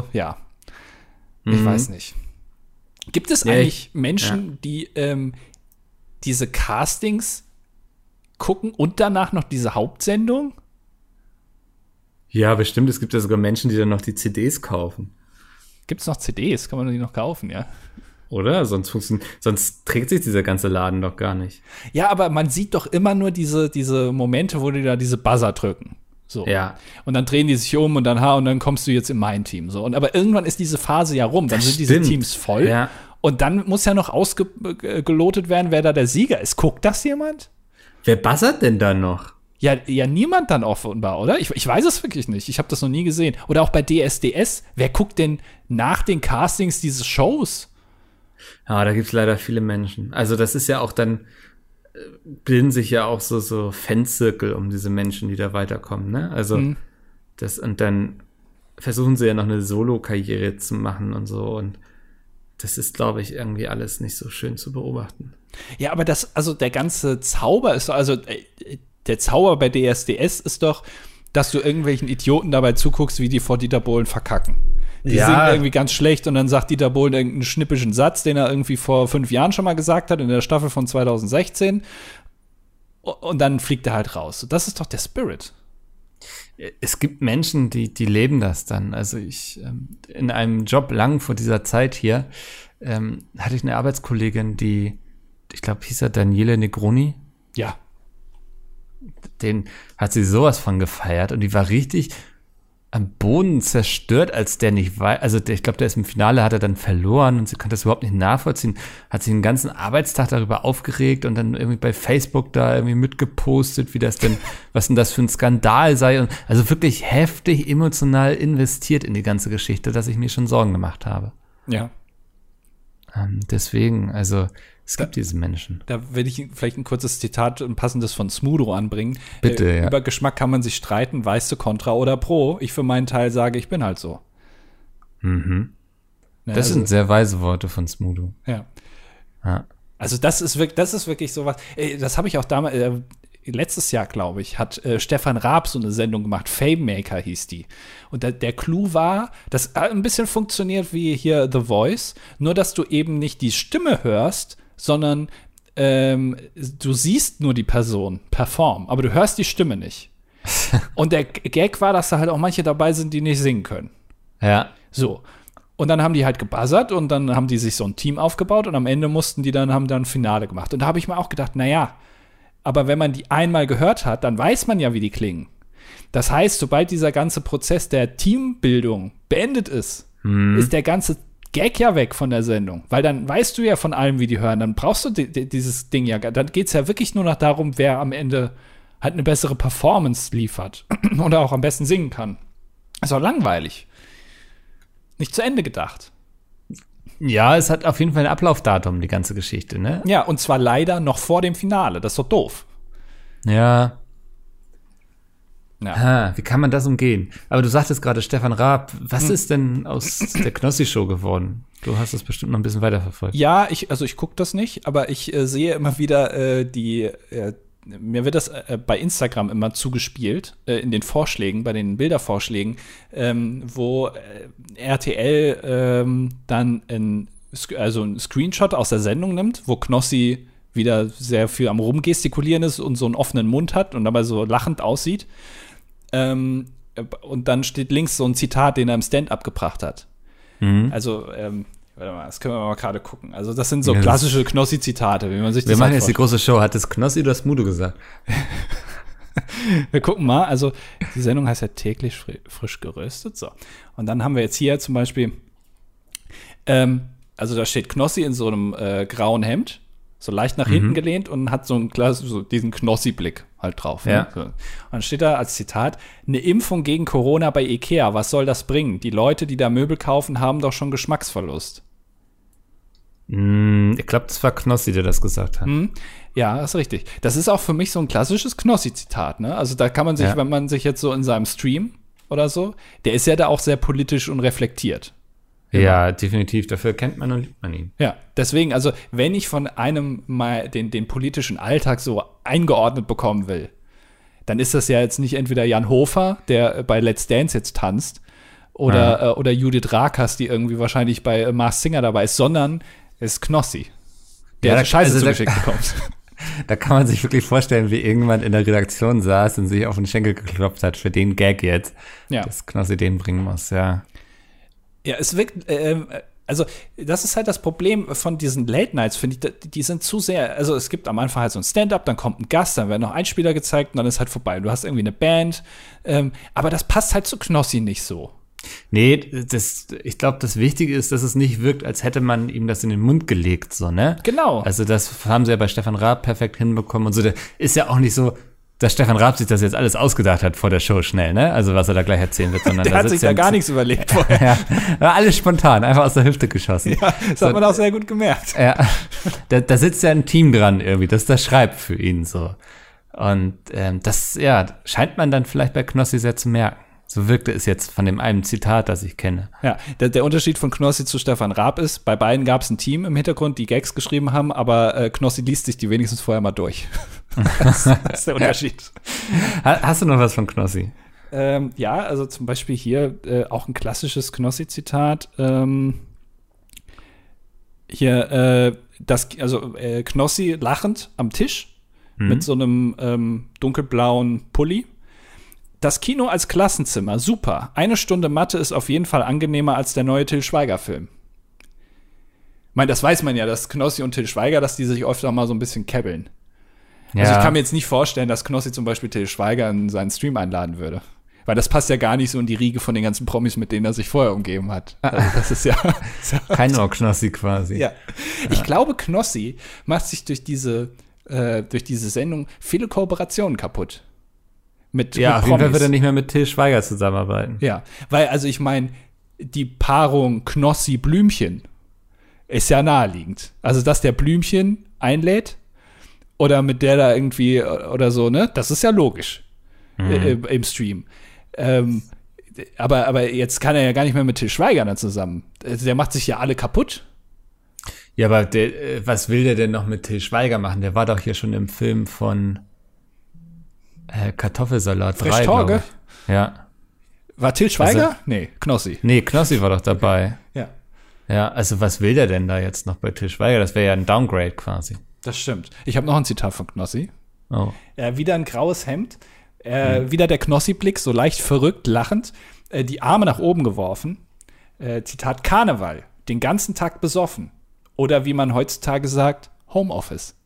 ich weiß nicht. Gibt es eigentlich Menschen, die diese Castings gucken und danach noch diese Hauptsendung? Ja, bestimmt. Es gibt ja sogar Menschen, die dann noch die CDs kaufen. Gibt es noch CDs? Kann man die noch kaufen, ja? Oder? Sonst trägt sich dieser ganze Laden doch gar nicht. Ja, aber man sieht doch immer nur diese Momente, wo die da diese Buzzer drücken. So. Ja. Und dann drehen die sich um und dann kommst du jetzt in mein Team. So. Aber irgendwann ist diese Phase ja rum. Dann sind diese Teams voll. Ja. Und dann muss ja noch ausgelotet werden, wer da der Sieger ist. Guckt das jemand? Wer buzzert denn da noch? Ja, niemand dann offenbar, oder? Ich weiß es wirklich nicht. Ich habe das noch nie gesehen. Oder auch bei DSDS. Wer guckt denn nach den Castings diese Shows? Ja, da gibt's leider viele Menschen. Also das ist ja auch dann, bilden sich ja auch so Fanzirkel um diese Menschen, die da weiterkommen, ne? Also und dann versuchen sie ja noch eine Solo-Karriere zu machen und so. Und das ist, glaube ich, irgendwie alles nicht so schön zu beobachten. Ja, aber der ganze Zauber ist, der Zauber bei DSDS ist doch, dass du irgendwelchen Idioten dabei zuguckst, wie die vor Dieter Bohlen verkacken. Die singen irgendwie ganz schlecht und dann sagt Dieter Bohlen irgendeinen schnippischen Satz, den er irgendwie vor 5 Jahren schon mal gesagt hat, in der Staffel von 2016. Und dann fliegt er halt raus. Das ist doch der Spirit. Es gibt Menschen, die leben das dann. Also ich, in einem Job lang vor dieser Zeit hier, hatte ich eine Arbeitskollegin, die, ich glaube, hieß er Daniele Negroni. Ja. Den hat sie sowas von gefeiert und die war richtig am Boden zerstört, als der nicht weiß, also ich glaube, der ist im Finale, hat er dann verloren und sie konnte das überhaupt nicht nachvollziehen, hat sich den ganzen Arbeitstag darüber aufgeregt und dann irgendwie bei Facebook da irgendwie mitgepostet, was denn das für ein Skandal sei und also wirklich heftig emotional investiert in die ganze Geschichte, dass ich mir schon Sorgen gemacht habe. Ja. Deswegen, also es gibt diese Menschen. Da will ich vielleicht ein kurzes Zitat, ein passendes von Smudo anbringen. Bitte, ja. Über Geschmack kann man sich streiten, weißt du, Kontra oder Pro. Ich für meinen Teil sage, ich bin halt so. Mhm. Das sind sehr weise Worte von Smudo. Ja. Also das ist wirklich sowas. Das habe ich auch damals, letztes Jahr, glaube ich, hat Stefan Raab so eine Sendung gemacht, Fame Maker hieß die. Und der Clou war, das ein bisschen funktioniert wie hier The Voice, nur dass du eben nicht die Stimme hörst, sondern du siehst nur die Person performen, aber du hörst die Stimme nicht. Und der Gag war, dass da halt auch manche dabei sind, die nicht singen können. Ja. So. Und dann haben die halt gebuzzert und dann haben die sich so ein Team aufgebaut und am Ende haben dann ein Finale gemacht. Und da habe ich mir auch gedacht, naja, aber wenn man die einmal gehört hat, dann weiß man ja, wie die klingen. Das heißt, sobald dieser ganze Prozess der Teambildung beendet ist, ist der ganze Gag ja weg von der Sendung. Weil dann weißt du ja von allem, wie die hören. Dann brauchst du dieses Ding ja. Dann geht es ja wirklich nur noch darum, wer am Ende halt eine bessere Performance liefert. Oder auch am besten singen kann. Ist auch langweilig. Nicht zu Ende gedacht. Ja, es hat auf jeden Fall ein Ablaufdatum, die ganze Geschichte, ne? Ja, und zwar leider noch vor dem Finale. Das ist doch doof. Ja. Wie kann man das umgehen? Aber du sagtest gerade Stefan Raab. Was ist denn aus der Knossi-Show geworden? Du hast das bestimmt noch ein bisschen weiterverfolgt. Ja, ich gucke das nicht, aber ich sehe immer wieder mir wird das bei Instagram immer zugespielt, in den Vorschlägen, bei den Bildervorschlägen, wo RTL dann einen Screenshot aus der Sendung nimmt, wo Knossi wieder sehr viel am Rumgestikulieren ist und so einen offenen Mund hat und dabei so lachend aussieht. Und dann steht links so ein Zitat, den er im Stand-up gebracht hat. Mhm. Also, warte mal, das können wir mal gerade gucken. Also, das sind so klassische Knossi-Zitate, wie man sich das Wir machen jetzt die große Show. Hat das Knossi oder Smudo gesagt? Wir gucken mal. Also, die Sendung heißt ja täglich frisch geröstet. So. Und dann haben wir jetzt hier zum Beispiel, also da steht Knossi in so einem grauen Hemd, so leicht nach hinten gelehnt und hat so diesen Knossi-Blick halt drauf. Ja. Ne? So. Und dann steht da als Zitat: Eine Impfung gegen Corona bei Ikea, was soll das bringen? Die Leute, die da Möbel kaufen, haben doch schon Geschmacksverlust. Ich glaube, das war Knossi, der das gesagt hat. Ja, das ist richtig. Das ist auch für mich so ein klassisches Knossi-Zitat, ne? Also da kann man sich, wenn man sich jetzt so in seinem Stream oder so, der ist ja da auch sehr politisch und reflektiert. Ja, definitiv. Dafür kennt man und liebt man ihn. Ja, deswegen, also wenn ich von einem mal den politischen Alltag so eingeordnet bekommen will, dann ist das ja jetzt nicht entweder Jan Hofer, der bei Let's Dance jetzt tanzt, oder Judith Rakers, die irgendwie wahrscheinlich bei Masked Singer dabei ist, sondern es ist Knossi, der Scheiße zugeschickt bekommt. Da kann man sich wirklich vorstellen, wie irgendwann in der Redaktion saß und sich auf den Schenkel geklopft hat für den Gag jetzt, dass Knossi den bringen muss, ja. Ja, es wirkt, also das ist halt das Problem von diesen Late Nights, finde ich, die sind zu sehr, also es gibt am Anfang halt so ein Stand-up, dann kommt ein Gast, dann werden noch Einspieler gezeigt und dann ist halt vorbei. Du hast irgendwie eine Band, aber das passt halt zu Knossi nicht so. Nee, ich glaube, das Wichtige ist, dass es nicht wirkt, als hätte man ihm das in den Mund gelegt, so, ne? Genau. Also das haben sie ja bei Stefan Raab perfekt hinbekommen und so. Der ist ja auch nicht so, dass Stefan Raab sich das jetzt alles ausgedacht hat vor der Show schnell, ne? Also was er da gleich erzählen wird. Sondern der hat sich da gar nichts überlegt vorher. Ja, alles spontan, einfach aus der Hüfte geschossen. Ja, das hat man auch sehr gut gemerkt. Ja, da sitzt ja ein Team dran irgendwie, das schreibt für ihn so. Und das, scheint man dann vielleicht bei Knossi sehr zu merken. So wirkte es jetzt von dem einen Zitat, das ich kenne. Ja, der Unterschied von Knossi zu Stefan Raab ist, bei beiden gab es ein Team im Hintergrund, die Gags geschrieben haben, aber Knossi liest sich die wenigstens vorher mal durch. Das ist der Unterschied. Hast du noch was von Knossi? Ja, also zum Beispiel hier auch ein klassisches Knossi-Zitat. Knossi lachend am Tisch mit so einem dunkelblauen Pulli. Das Kino als Klassenzimmer, super. 1 Stunde Mathe ist auf jeden Fall angenehmer als der neue Til Schweiger-Film. Ich meine, das weiß man ja, dass Knossi und Til Schweiger, dass die sich öfter mal so ein bisschen kebbeln. Ja. Also ich kann mir jetzt nicht vorstellen, dass Knossi zum Beispiel Til Schweiger in seinen Stream einladen würde. Weil das passt ja gar nicht so in die Riege von den ganzen Promis, mit denen er sich vorher umgeben hat. Also das ist ja kein Knossi quasi. Ja. Ich glaube, Knossi macht sich durch diese Sendung viele Kooperationen kaputt. Mit auf jeden Fall wird er nicht mehr mit Til Schweiger zusammenarbeiten. Ja, weil, also ich meine, die Paarung Knossi-Blümchen ist ja naheliegend. Also, dass der Blümchen einlädt oder mit der da irgendwie oder so, ne? Das ist ja logisch im Stream. Aber jetzt kann er ja gar nicht mehr mit Til Schweiger da zusammen. Der macht sich ja alle kaputt. Ja, aber was will der denn noch mit Til Schweiger machen? Der war doch hier schon im Film von Kartoffelsalat 3, Torge? Ja. War Til Schweiger? Also, nee, Knossi. Nee, Knossi war doch dabei. Ja. Ja, also was will der denn da jetzt noch bei Til Schweiger? Das wäre ja ein Downgrade quasi. Das stimmt. Ich habe noch ein Zitat von Knossi. Oh. Wieder ein graues Hemd. Wieder der Knossi-Blick, so leicht verrückt, lachend. Die Arme nach oben geworfen. Zitat Karneval. Den ganzen Tag besoffen. Oder wie man heutzutage sagt, Homeoffice.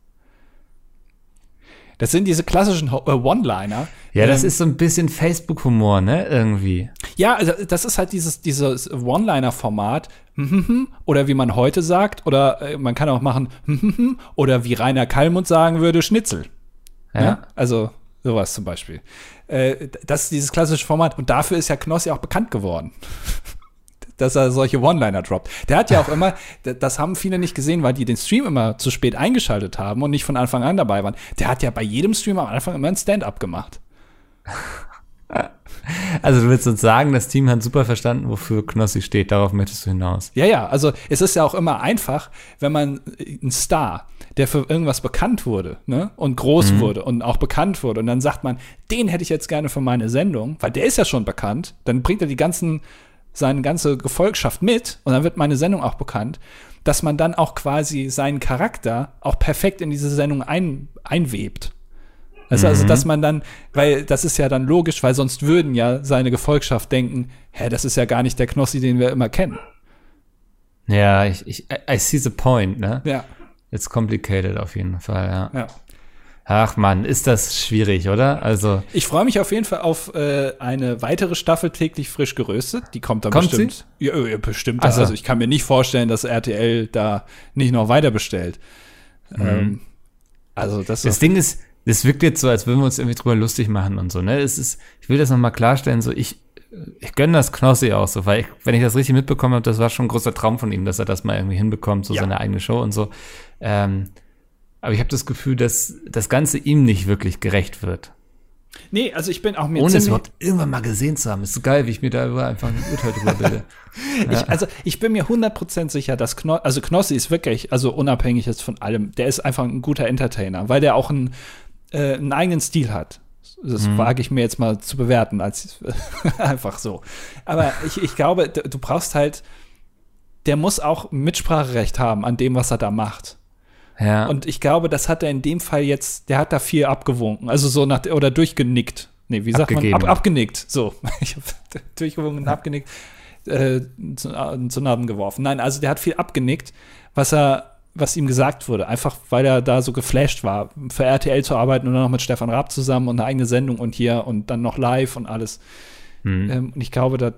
Das sind diese klassischen One-Liner. Ja, das ist so ein bisschen Facebook-Humor, ne, irgendwie. Ja, also das ist halt dieses One-Liner-Format. Oder wie man heute sagt. Oder man kann auch machen oder wie Rainer Kallmund sagen würde, Schnitzel. Ja. Ne? Also sowas zum Beispiel. Das ist dieses klassische Format. Und dafür ist ja Knossi auch bekannt geworden. Dass er solche One-Liner droppt. Der hat ja auch immer, das haben viele nicht gesehen, weil die den Stream immer zu spät eingeschaltet haben und nicht von Anfang an dabei waren. Der hat ja bei jedem Stream am Anfang immer ein Stand-up gemacht. Also du willst uns sagen, das Team hat super verstanden, wofür Knossi steht. Darauf möchtest du hinaus. Ja, also es ist ja auch immer einfach, wenn man einen Star, der für irgendwas bekannt wurde, ne, und groß wurde und auch bekannt wurde und dann sagt man, den hätte ich jetzt gerne für meine Sendung, weil der ist ja schon bekannt, dann bringt er seine ganze Gefolgschaft mit und dann wird meine Sendung auch bekannt, dass man dann auch quasi seinen Charakter auch perfekt in diese Sendung einwebt. Also, dass man dann, weil das ist ja dann logisch, weil sonst würden ja seine Gefolgschaft denken, das ist ja gar nicht der Knossi, den wir immer kennen. Ja, I see the point, ne? Ja. It's complicated auf jeden Fall, ja. Ach man, ist das schwierig, oder? Also ich freue mich auf jeden Fall auf eine weitere Staffel täglich frisch geröstet. Die kommt dann bestimmt. Sie? Ja, bestimmt. Also ich kann mir nicht vorstellen, dass RTL da nicht noch weiter bestellt. Also das Ding ist, das wirkt jetzt so, als würden wir uns irgendwie drüber lustig machen und so, ne? Ich will das nochmal klarstellen, so ich gönne das Knossi auch so, weil wenn ich das richtig mitbekommen habe, das war schon ein großer Traum von ihm, dass er das mal irgendwie hinbekommt, so seine eigene Show und so. Aber ich habe das Gefühl, dass das Ganze ihm nicht wirklich gerecht wird. Nee, also ich bin auch mir ohne es überhaupt irgendwann mal gesehen zu haben. Ist so geil, wie ich mir da einfach ein Urteil drüber bilde. Ich bin mir 100% sicher, dass Knossi ist wirklich, also unabhängig jetzt von allem, der ist einfach ein guter Entertainer, weil der auch einen eigenen Stil hat. Das wage ich mir jetzt mal zu bewerten, als einfach so. Aber ich glaube, du brauchst halt, der muss auch Mitspracherecht haben an dem, was er da macht. Ja. Und ich glaube, das hat er in dem Fall jetzt, der hat da viel abgewunken, also so oder durchgenickt. Nee, wie sagt man? Abgenickt. So, ich habe durchgewunken und abgenickt, zu Namen geworfen. Nein, also der hat viel abgenickt, was ihm gesagt wurde, einfach weil er da so geflasht war, für RTL zu arbeiten und dann noch mit Stefan Raab zusammen und eine eigene Sendung und hier und dann noch live und alles. Und ich glaube, das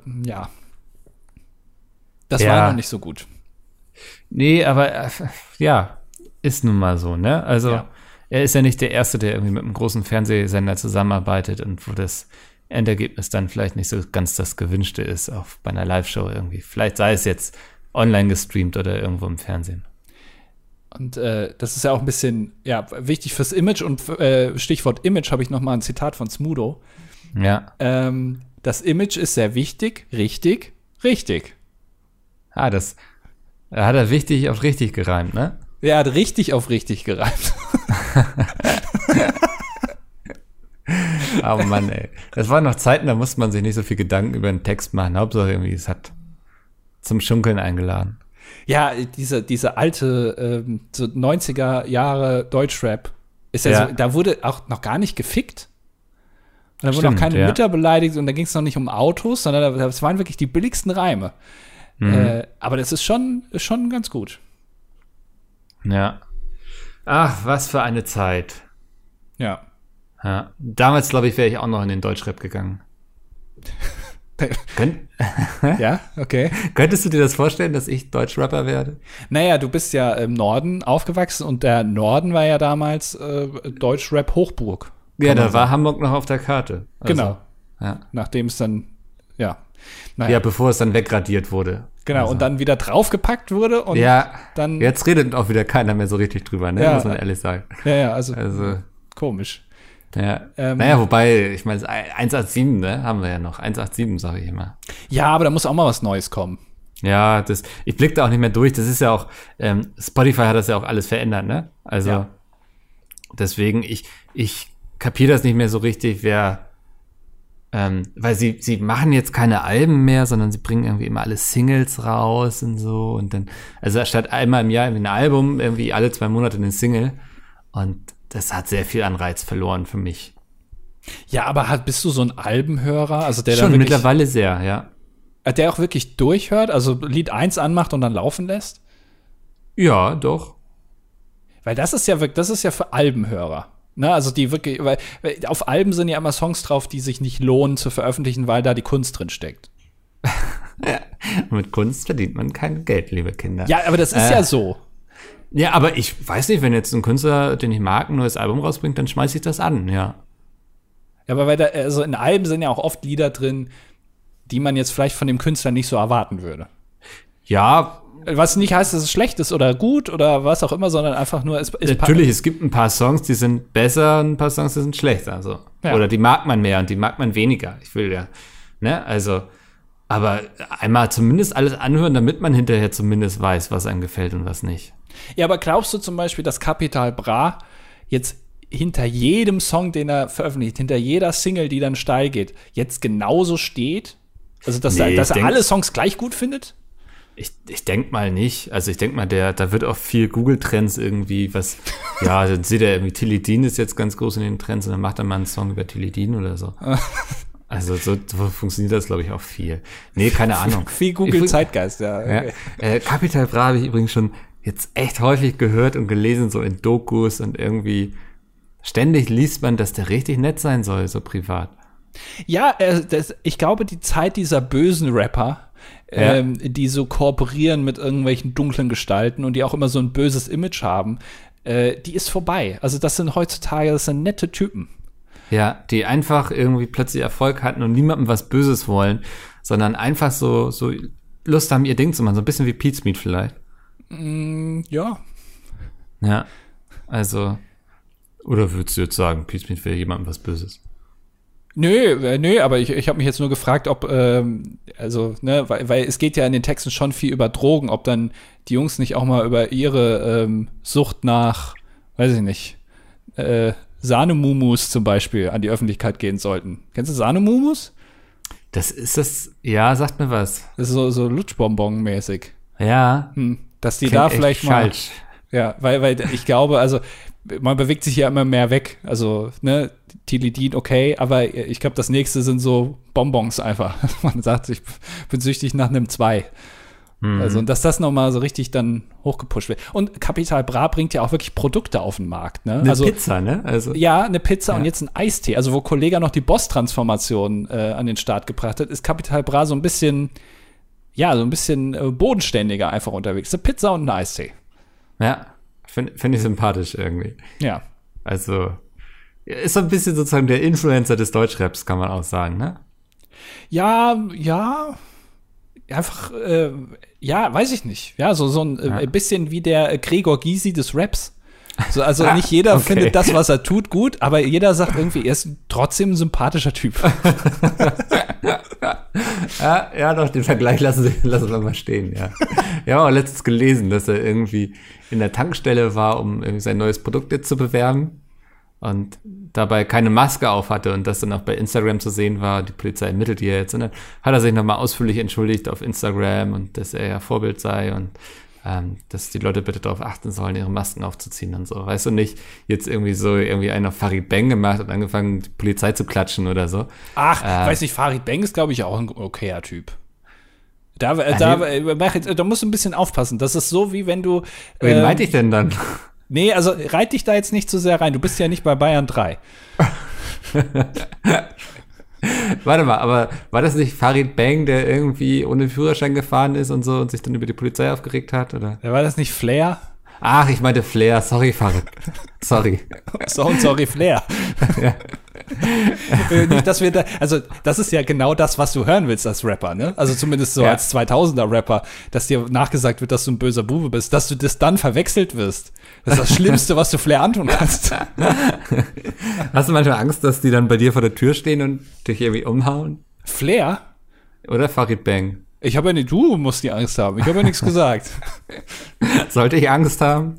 war noch nicht so gut. Nee, aber ist nun mal so, ne? Also er ist ja nicht der Erste, der irgendwie mit einem großen Fernsehsender zusammenarbeitet und wo das Endergebnis dann vielleicht nicht so ganz das Gewünschte ist, auch bei einer Live-Show irgendwie. Vielleicht sei es jetzt online gestreamt oder irgendwo im Fernsehen. Und das ist ja auch ein bisschen wichtig fürs Image und Stichwort Image habe ich noch mal ein Zitat von Smudo. Ja. Das Image ist sehr wichtig, richtig. Das hat er wichtig auf richtig gereimt, ne? Er hat richtig auf richtig gereimt. Oh Mann, ey. Das waren noch Zeiten, da musste man sich nicht so viel Gedanken über den Text machen. Hauptsache irgendwie, es hat zum Schunkeln eingeladen. Ja, diese alte so 90er Jahre Deutschrap, Ist ja so, da wurde auch noch gar nicht gefickt. Und da wurden auch keine Mütter beleidigt und da ging es noch nicht um Autos, sondern das waren wirklich die billigsten Reime. Aber das ist schon ganz gut. Ja. Ach, was für eine Zeit. Ja. Damals, glaube ich, wäre ich auch noch in den Deutschrap gegangen. Ja, okay. Könntest du dir das vorstellen, dass ich Deutschrapper werde? Naja, du bist ja im Norden aufgewachsen und der Norden war ja damals Deutschrap-Hochburg. Ja, da war Hamburg noch auf der Karte. Also, genau. Ja. Nachdem es dann, Ja, bevor es dann wegradiert wurde. Genau, und dann wieder draufgepackt wurde. Und dann jetzt redet auch wieder keiner mehr so richtig drüber, ne? Muss man ehrlich sagen. Ja, also komisch. Ja. Naja, wobei, ich meine, 187, ne, haben wir ja noch. 187, sage ich immer. Ja, aber da muss auch mal was Neues kommen. Ja, ich blick da auch nicht mehr durch. Das ist ja auch, Spotify hat das ja auch alles verändert, ne? Also, deswegen, ich kapiere das nicht mehr so richtig, weil sie machen jetzt keine Alben mehr, sondern sie bringen irgendwie immer alle Singles raus und so. Und dann, also statt einmal im Jahr irgendwie ein Album, irgendwie alle 2 Monate eine Single. Und das hat sehr viel an Reiz verloren für mich. Ja, aber bist du so ein Albenhörer? Also der schon mittlerweile sehr, ja. Der auch wirklich durchhört? Also Lied 1 anmacht und dann laufen lässt? Ja, doch. Weil das ist ja für Albenhörer. Ne, also die wirklich, weil auf Alben sind ja immer Songs drauf, die sich nicht lohnen zu veröffentlichen, weil da die Kunst drin steckt. Mit Kunst verdient man kein Geld, liebe Kinder. Ja, aber das ist ja so. Ja, aber ich weiß nicht, wenn jetzt ein Künstler, den ich mag, ein neues Album rausbringt, dann schmeiße ich das an, ja. Ja, aber also in Alben sind ja auch oft Lieder drin, die man jetzt vielleicht von dem Künstler nicht so erwarten würde. Ja. Was nicht heißt, dass es schlecht ist oder gut oder was auch immer, sondern einfach nur, natürlich, es gibt ein paar Songs, die sind besser, ein paar Songs, die sind schlechter. Also. Ja. Oder die mag man mehr und die mag man weniger. Ich will ja, ne, also, aber einmal zumindest alles anhören, damit man hinterher zumindest weiß, was einem gefällt und was nicht. Ja, aber glaubst du zum Beispiel, dass Capital Bra jetzt hinter jedem Song, den er veröffentlicht, hinter jeder Single, die dann steil geht, jetzt genauso steht? Also, dass er alle Songs gleich gut findet? Ich denke mal nicht. Also ich denke mal, da wird auch viel Google-Trends irgendwie was, ja, dann sieht er irgendwie, Tilly Dean ist jetzt ganz groß in den Trends und dann macht er mal einen Song über Tilly Dean oder so. Also so funktioniert das, glaube ich, auch viel. Nee, keine Ahnung. Viel Google-Zeitgeist, ja. Okay. Capital Bra habe ich übrigens schon jetzt echt häufig gehört und gelesen, so in Dokus und irgendwie ständig liest man, dass der richtig nett sein soll, so privat. Ja, ich glaube, die Zeit dieser bösen Rapper, die so kooperieren mit irgendwelchen dunklen Gestalten und die auch immer so ein böses Image haben, die ist vorbei. Also das sind nette Typen. Ja, die einfach irgendwie plötzlich Erfolg hatten und niemandem was Böses wollen, sondern einfach so Lust haben, ihr Ding zu machen. So ein bisschen wie Pete Smith vielleicht. Ja. Ja, also, oder würdest du jetzt sagen, Pete Smith will jemandem was Böses? Nö, aber ich habe mich jetzt nur gefragt, ob, weil es geht ja in den Texten schon viel über Drogen, ob dann die Jungs nicht auch mal über ihre Sucht nach, weiß ich nicht, Sahnemumus zum Beispiel an die Öffentlichkeit gehen sollten. Kennst du Sahnemumus? Ja, sagt mir was. Das ist so Lutschbonbon-mäßig. Ja. Dass die da vielleicht mal. Falsch. Ja, weil ich glaube, also man bewegt sich ja immer mehr weg. Also, ne, Tilly Dean, okay, aber ich glaube, das nächste sind so Bonbons einfach. Man sagt, ich bin süchtig nach einem 2. Also, und dass das nochmal so richtig dann hochgepusht wird. Und Capital Bra bringt ja auch wirklich Produkte auf den Markt, ne? Eine Pizza, ne? Also, ja, eine Pizza und jetzt ein Eistee. Also, wo Kollega noch die Boss-Transformation an den Start gebracht hat, ist Capital Bra so ein bisschen bodenständiger einfach unterwegs. Eine Pizza und ein Eistee. Ja, finde ich sympathisch irgendwie. Ja. Also, ist so ein bisschen sozusagen der Influencer des Deutschraps, kann man auch sagen, ne? Ja. Einfach, weiß ich nicht. Ja, so ein bisschen wie der Gregor Gysi des Raps. Also nicht jeder findet das, was er tut, gut, aber jeder sagt irgendwie, er ist trotzdem ein sympathischer Typ. Ja, doch, den Vergleich lassen wir mal stehen, ja. Ich habe auch letztens gelesen, dass er irgendwie in der Tankstelle war, um irgendwie sein neues Produkt jetzt zu bewerben und dabei keine Maske auf hatte und das dann auch bei Instagram zu sehen war, die Polizei ermittelt die jetzt. Und dann hat er sich nochmal ausführlich entschuldigt auf Instagram und dass er ja Vorbild sei und dass die Leute bitte darauf achten sollen, ihre Masken aufzuziehen und so. Weißt du, nicht jetzt irgendwie einen auf Farid Bang gemacht und angefangen, die Polizei zu klatschen oder so. Ach, weiß nicht, Farid Bang ist, glaube ich, auch ein okayer Typ. Da musst du ein bisschen aufpassen. Das ist so, wie wenn du wen meinte ich denn dann? Nee, also reit dich da jetzt nicht zu sehr rein. Du bist ja nicht bei Bayern 3. Warte mal, aber war das nicht Farid Bang, der irgendwie ohne Führerschein gefahren ist und so und sich dann über die Polizei aufgeregt hat, oder? Ja, war das nicht Flair? Ach, ich meinte Flair. Sorry, Farid. Sorry. Sorry, Flair. Ja. Nicht, dass wir also das ist ja genau das, was du hören willst als Rapper, ne? Also zumindest so als 2000er-Rapper, dass dir nachgesagt wird, dass du ein böser Bube bist, dass du das dann verwechselt wirst. Das ist das Schlimmste, was du Flair antun kannst. Hast du manchmal Angst, dass die dann bei dir vor der Tür stehen und dich irgendwie umhauen? Flair? Oder Farid Bang? Ich habe ja nicht, du musst die Angst haben. Ich habe ja nichts gesagt. Sollte ich Angst haben?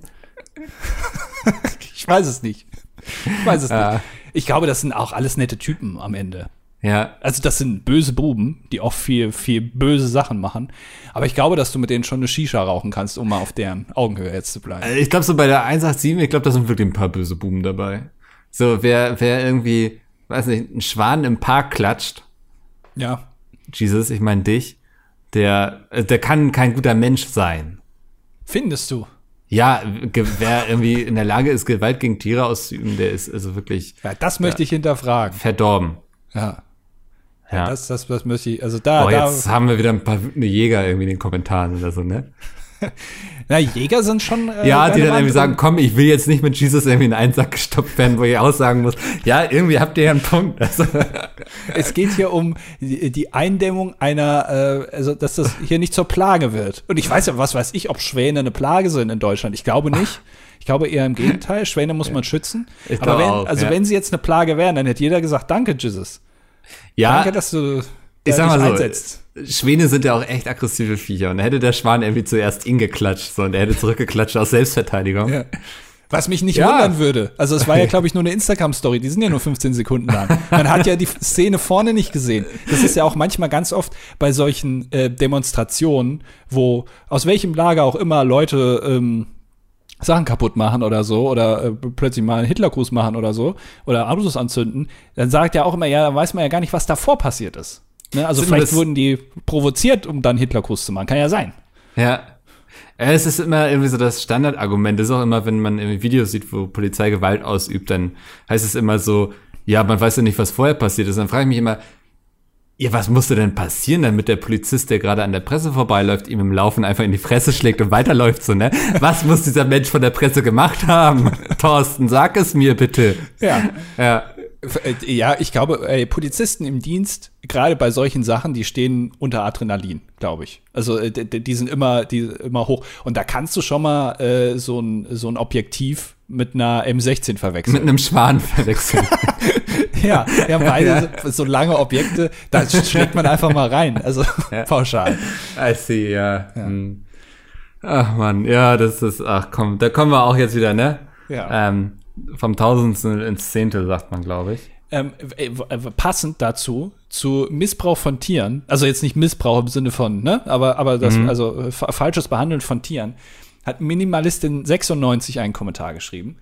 Ich weiß es nicht. Nicht. Ich glaube, das sind auch alles nette Typen am Ende. Ja. Also das sind böse Buben, die auch viel, viel böse Sachen machen. Aber ich glaube, dass du mit denen schon eine Shisha rauchen kannst, um mal auf deren Augenhöhe jetzt zu bleiben. Also ich glaube, so bei der 187, ich glaube, da sind wirklich ein paar böse Buben dabei. So, wer irgendwie, weiß nicht, einen Schwan im Park klatscht. Ja. Jesus, ich meine dich. Der kann kein guter Mensch sein. Findest du? Ja, wer irgendwie in der Lage ist, Gewalt gegen Tiere auszuüben, der ist also wirklich. Ja, das möchte ich hinterfragen. Verdorben. Ja. Ja. Das möchte ich, also jetzt haben wir wieder ein paar wütende Jäger irgendwie in den Kommentaren oder so, ne? Na, Jäger sind schon. Ja, die dann irgendwie sagen, komm, ich will jetzt nicht mit Jesus irgendwie in einen Sack gestopft werden, wo ich aussagen muss, ja, irgendwie habt ihr ja einen Punkt. Also. Es geht hier um die Eindämmung einer, also dass das hier nicht zur Plage wird. Und ich weiß ja, was weiß ich, ob Schwäne eine Plage sind in Deutschland. Ich glaube nicht. Ich glaube eher im Gegenteil. Schwäne muss man schützen. Aber wenn sie jetzt eine Plage wären, dann hätte jeder gesagt, danke, Jesus. Ja. Danke, dass du ich sag mal so, einsetzt. Schwäne sind ja auch echt aggressive Viecher. Und da hätte der Schwan irgendwie zuerst ihn geklatscht, so, und er hätte zurückgeklatscht aus Selbstverteidigung. Ja. Was mich nicht wundern würde. Also es war ja, glaube ich, nur eine Instagram-Story. Die sind ja nur 15 Sekunden lang. Man hat ja die Szene vorne nicht gesehen. Das ist ja auch manchmal ganz oft bei solchen Demonstrationen, wo aus welchem Lager auch immer Leute Sachen kaputt machen oder so oder plötzlich mal einen Hitlergruß machen oder so oder Autos anzünden. Dann sagt ja auch immer, ja, dann weiß man ja gar nicht, was davor passiert ist. Ne? Also vielleicht wurden die provoziert, um dann Hitlergruß zu machen. Kann ja sein. Ja. Es ist immer irgendwie so das Standardargument. Das ist auch immer, wenn man irgendwie Videos sieht, wo Polizei Gewalt ausübt, dann heißt es immer so, ja, man weiß ja nicht, was vorher passiert ist. Dann frage ich mich immer, ja, was musste denn passieren, damit der Polizist, der gerade an der Presse vorbeiläuft, ihm im Laufen einfach in die Fresse schlägt und weiterläuft, so, ne? Was muss dieser Mensch von der Presse gemacht haben? Thorsten, sag es mir bitte. Ja, ich glaube, Polizisten im Dienst, gerade bei solchen Sachen, die stehen unter Adrenalin, glaube ich. Also die sind immer hoch. Und da kannst du schon mal so ein Objektiv mit einer M16 verwechseln. Mit einem Schwan verwechseln. Ja, wir haben beide so lange Objekte, da schlägt man einfach mal rein. Also pauschal. I see, ja. Ach man, ja, ach komm, da kommen wir auch jetzt wieder, ne? Ja. Vom Tausendstel ins Zehntel, sagt man, glaube ich. Passend dazu, zu Missbrauch von Tieren, also jetzt nicht Missbrauch im Sinne von, ne, aber das, also falsches Behandeln von Tieren, hat Minimalistin 96 einen Kommentar geschrieben.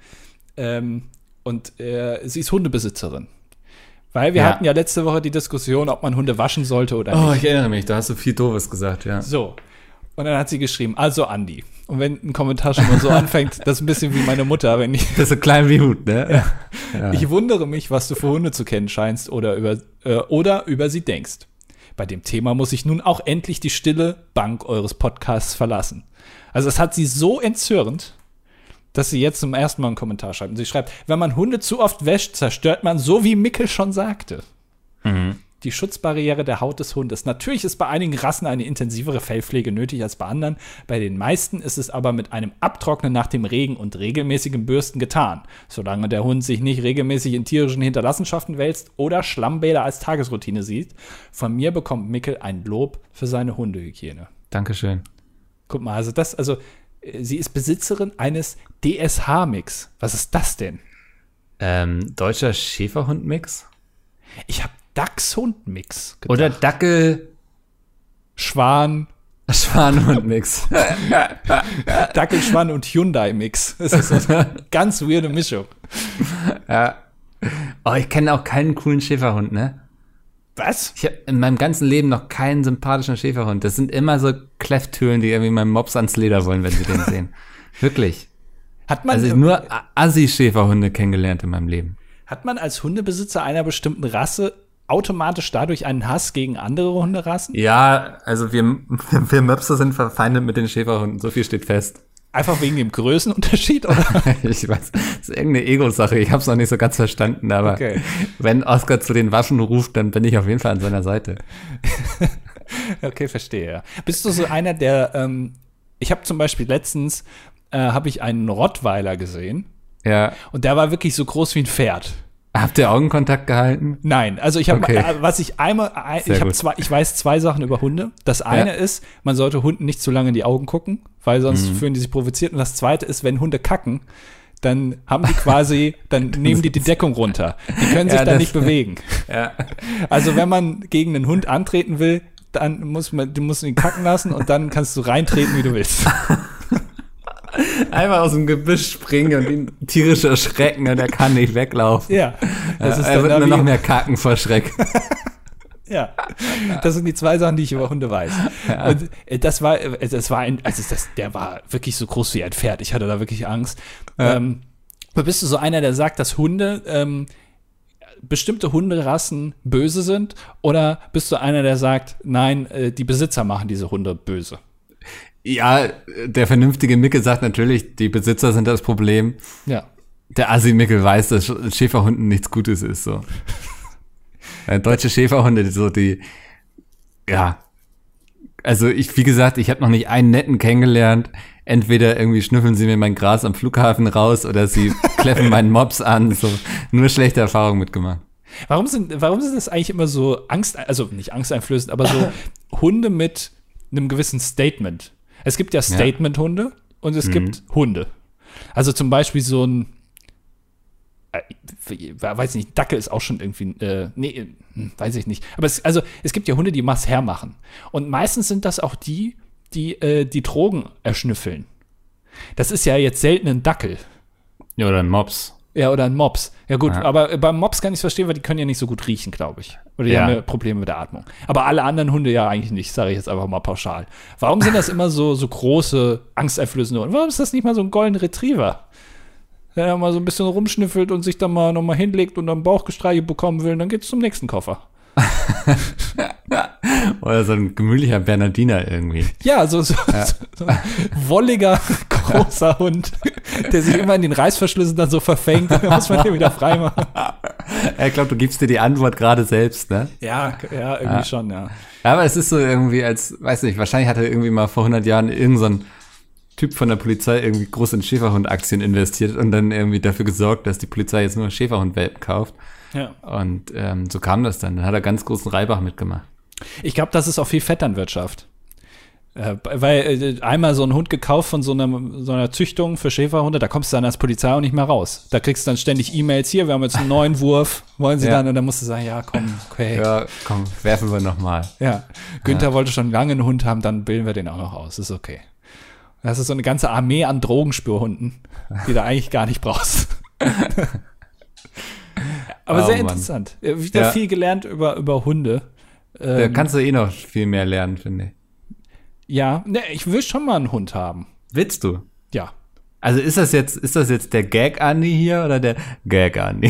Und sie ist Hundebesitzerin. Weil wir hatten ja letzte Woche die Diskussion, ob man Hunde waschen sollte oder nicht. Oh, ich erinnere mich, da hast du viel Doofes gesagt, ja. So. Und dann hat sie geschrieben, also Andi. Und wenn ein Kommentar schon mal so anfängt, das ist ein bisschen wie meine Mutter, wenn ich. Das ist so klein wie Hut, ne? Ja. Ich wundere mich, was du für Hunde zu kennen scheinst oder über sie denkst. Bei dem Thema muss ich nun auch endlich die stille Bank eures Podcasts verlassen. Also es hat sie so entzürnt, dass sie jetzt zum ersten Mal einen Kommentar schreibt. Und sie schreibt, wenn man Hunde zu oft wäscht, zerstört man, so wie Mickel schon sagte, die Schutzbarriere der Haut des Hundes. Natürlich ist bei einigen Rassen eine intensivere Fellpflege nötig als bei anderen. Bei den meisten ist es aber mit einem Abtrocknen nach dem Regen und regelmäßigem Bürsten getan. Solange der Hund sich nicht regelmäßig in tierischen Hinterlassenschaften wälzt oder Schlammbäder als Tagesroutine sieht. Von mir bekommt Mickel ein Lob für seine Hundehygiene. Dankeschön. Guck mal, sie ist Besitzerin eines DSH-Mix. Was ist das denn? Deutscher Schäferhund-Mix? Ich habe Dachshund-Mix gedacht. Oder Dackel. Schwan. Schwan-Hund-Mix. Dackel, Schwan und Hyundai-Mix. Das ist so eine ganz weirde Mischung. Ja. Oh, ich kenne auch keinen coolen Schäferhund, ne? Was? Ich habe in meinem ganzen Leben noch keinen sympathischen Schäferhund. Das sind immer so Kläfftülen, die irgendwie meinem Mops ans Leder wollen, wenn sie den sehen. Wirklich. Hat man, Also nur Assi-Schäferhunde kennengelernt in meinem Leben. Hat man als Hundebesitzer einer bestimmten Rasse automatisch dadurch einen Hass gegen andere Hunderassen? Ja, also wir Möpse sind verfeindet mit den Schäferhunden. So viel steht fest. Einfach wegen dem Größenunterschied, oder? Ich weiß, das ist irgendeine Ego-Sache. Ich habe es noch nicht so ganz verstanden, aber Okay. Wenn Oscar zu den Waffen ruft, dann bin ich auf jeden Fall an seiner Seite. Okay, verstehe. Ja. Bist du so einer, der, ich habe zum Beispiel letztens, habe ich einen Rottweiler gesehen Ja. und der war wirklich so groß wie ein Pferd. Habt ihr Augenkontakt gehalten? Nein, also ich habe, Okay. ich weiß zwei Sachen über Hunde. Das eine ist, man sollte Hunden nicht zu lange in die Augen gucken, weil sonst fühlen die sich provoziert. Und das zweite ist, wenn Hunde kacken, dann haben die quasi, dann nehmen die Deckung runter. Die können sich dann nicht bewegen. Ja. Also wenn man gegen einen Hund antreten will, dann du musst ihn kacken lassen und dann kannst du reintreten, wie du willst. Einfach aus dem Gebüsch springen und ihn tierisch erschrecken und er kann nicht weglaufen. Ja, das ist Er dann wird da nur wie- noch mehr kacken vor Schreck. Ja, das sind die zwei Sachen, die ich über Hunde weiß. Und der war wirklich so groß wie ein Pferd. Ich hatte da wirklich Angst. Aber bist du so einer, der sagt, dass Hunde, bestimmte Hunderassen böse sind? Oder bist du einer, der sagt, nein, die Besitzer machen diese Hunde böse? Ja, der vernünftige Micke sagt natürlich, die Besitzer sind das Problem. Ja. Der Assi-Mickel weiß, dass Schäferhunden nichts Gutes ist, so. Deutsche Schäferhunde, ja. Also wie gesagt, ich habe noch nicht einen netten kennengelernt. Entweder irgendwie schnüffeln sie mir mein Gras am Flughafen raus oder sie kläffen meinen Mops an. So, nur schlechte Erfahrungen mitgemacht. Warum sind das eigentlich immer so also nicht angsteinflößend, aber so Hunde mit einem gewissen Statement? Es gibt ja Statement-Hunde und es gibt Hunde. Also zum Beispiel so ein, weiß nicht, Dackel ist auch schon irgendwie, weiß ich nicht. Aber es gibt ja Hunde, die was hermachen. Und meistens sind das auch die Drogen erschnüffeln. Das ist ja jetzt selten ein Dackel. Ja, oder ein Mops. Ja, oder ein Mops. Ja gut, Ja. aber beim Mops kann ich es verstehen, weil die können ja nicht so gut riechen, glaube ich. Oder die Ja. haben ja Probleme mit der Atmung. Aber alle anderen Hunde ja eigentlich nicht, sage ich jetzt einfach mal pauschal. Warum sind das immer so große, angsteinflößende Hunde? Warum ist das nicht mal so ein Golden Retriever? Der mal so ein bisschen rumschnüffelt und sich dann mal nochmal hinlegt und am Bauch gestreichelt bekommen will, und dann geht's zum nächsten Koffer. Oder so ein gemütlicher Bernardiner irgendwie. Ja, so ein wolliger, großer Hund, der sich immer in den Reißverschlüssen dann so verfängt. Dann muss man den wieder freimachen. Ich glaube, du gibst dir die Antwort gerade selbst, ne? Ja, irgendwie schon, ja. Ja, aber es ist so irgendwie weiß nicht, wahrscheinlich hatte irgendwie mal vor 100 Jahren irgend so ein Typ von der Polizei irgendwie groß in Schäferhund-Aktien investiert und dann irgendwie dafür gesorgt, dass die Polizei jetzt nur Schäferhund-Welpen kauft. Ja. Und so kam das dann. Dann hat er ganz großen Reibach mitgemacht. Ich glaube, das ist auch viel Vetternwirtschaft. Weil einmal so ein Hund gekauft von so einer Züchtung für Schäferhunde, da kommst du dann als Polizei auch nicht mehr raus. Da kriegst du dann ständig E-Mails, hier, wir haben jetzt einen neuen Wurf, wollen Sie dann? Und dann musst du sagen, ja, komm, okay. Ja, komm, werfen wir nochmal. Ja, Günther wollte schon lange einen Hund haben, dann bilden wir den auch noch aus, ist okay. Das ist so eine ganze Armee an Drogenspürhunden, die du eigentlich gar nicht brauchst. Aber sehr Mann. interessant. Wieder viel gelernt über Hunde. Da kannst du eh noch viel mehr lernen, finde ich. Ja, ne, ich will schon mal einen Hund haben. Willst du? Ja. Also ist das jetzt der Gag-Andi hier oder der Gag-Andi?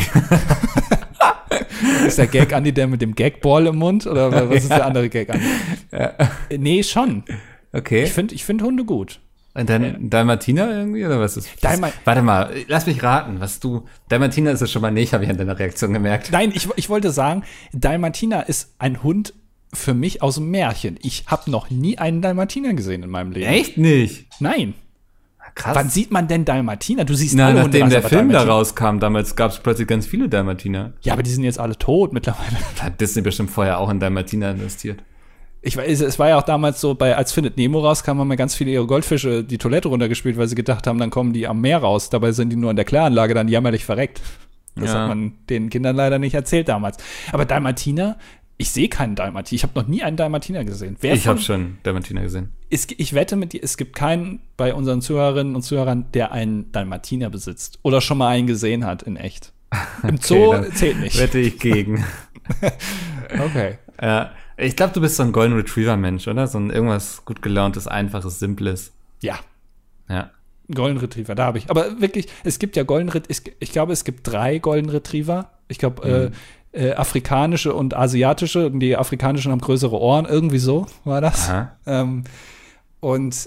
Ist der Gag-Andi der mit dem Gagball im Mund? Oder was ist der andere Gag-Andi? Ja. Nee, schon. Okay. Ich find Hunde gut. Und dann Dalmatiner irgendwie, oder was ist? Dalma- Warte mal, lass mich raten, Dalmatiner ist es schon mal nicht, habe ich an deiner Reaktion gemerkt. Nein, ich wollte sagen, Dalmatiner ist ein Hund für mich aus dem Märchen. Ich habe noch nie einen Dalmatiner gesehen in meinem Leben. Echt nicht? Nein. Krass. Wann sieht man denn Dalmatiner? Du siehst Na, alle nachdem Hunderassen, der aber Film da Dalmatiner- rauskam, damals gab es plötzlich ganz viele Dalmatiner. Ja, aber die sind jetzt alle tot mittlerweile. Hat Disney bestimmt vorher auch in Dalmatiner investiert. Ich weiß, es war ja auch damals so, als Findet Nemo rauskam, haben ja ganz viele ihre Goldfische die Toilette runtergespielt, weil sie gedacht haben, dann kommen die am Meer raus. Dabei sind die nur in der Kläranlage dann jämmerlich verreckt. Das Ja. hat man den Kindern leider nicht erzählt damals. Aber Dalmatiner, Ich sehe keinen Dalmatiner. Ich habe noch nie einen Dalmatiner gesehen. Ich habe schon Dalmatiner gesehen. Ich wette mit dir, es gibt keinen bei unseren Zuhörerinnen und Zuhörern, der einen Dalmatiner besitzt. Oder schon mal einen gesehen hat in echt. Im Zoo zählt nicht. Wette ich gegen. Okay. Ich glaube, du bist so ein Golden Retriever-Mensch, oder? So ein irgendwas gut gelauntes, einfaches, simples. Ja. Ja. Golden Retriever, da habe ich. Aber wirklich, es gibt ja Golden Retriever, ich glaube, es gibt 3 Golden Retriever. Ich glaube, afrikanische und asiatische. Und die afrikanischen haben größere Ohren. Irgendwie so war das. Und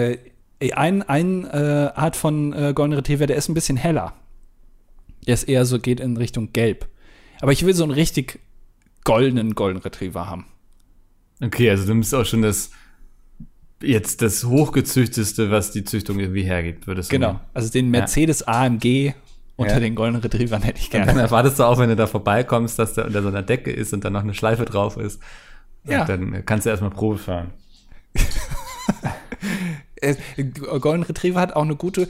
eine Art von Golden Retriever, der ist ein bisschen heller. Der ist eher so, geht in Richtung Gelb. Aber ich will so einen richtig goldenen Golden Retriever haben. Okay, also du bist auch schon das hochgezüchteste, was die Züchtung irgendwie hergibt, würdest du Genau, nehmen. also den Mercedes AMG unter den Golden Retrievern hätte ich gerne. Und dann erwartest du auch, wenn du da vorbeikommst, dass der unter so einer Decke ist und dann noch eine Schleife drauf ist. Ja. Und dann kannst du erstmal Probe fahren. Golden Retriever hat auch eine gute,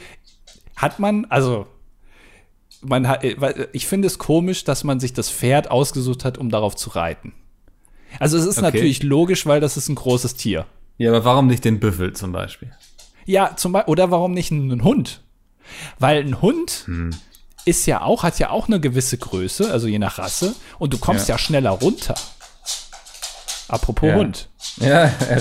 ich finde es komisch, dass man sich das Pferd ausgesucht hat, um darauf zu reiten. Also es ist natürlich logisch, weil das ist ein großes Tier. Ja, aber warum nicht den Büffel zum Beispiel? Ja, oder warum nicht einen Hund? Weil ein Hund hat ja auch eine gewisse Größe, also je nach Rasse, und du kommst ja schneller runter. Apropos Hund. Ja, er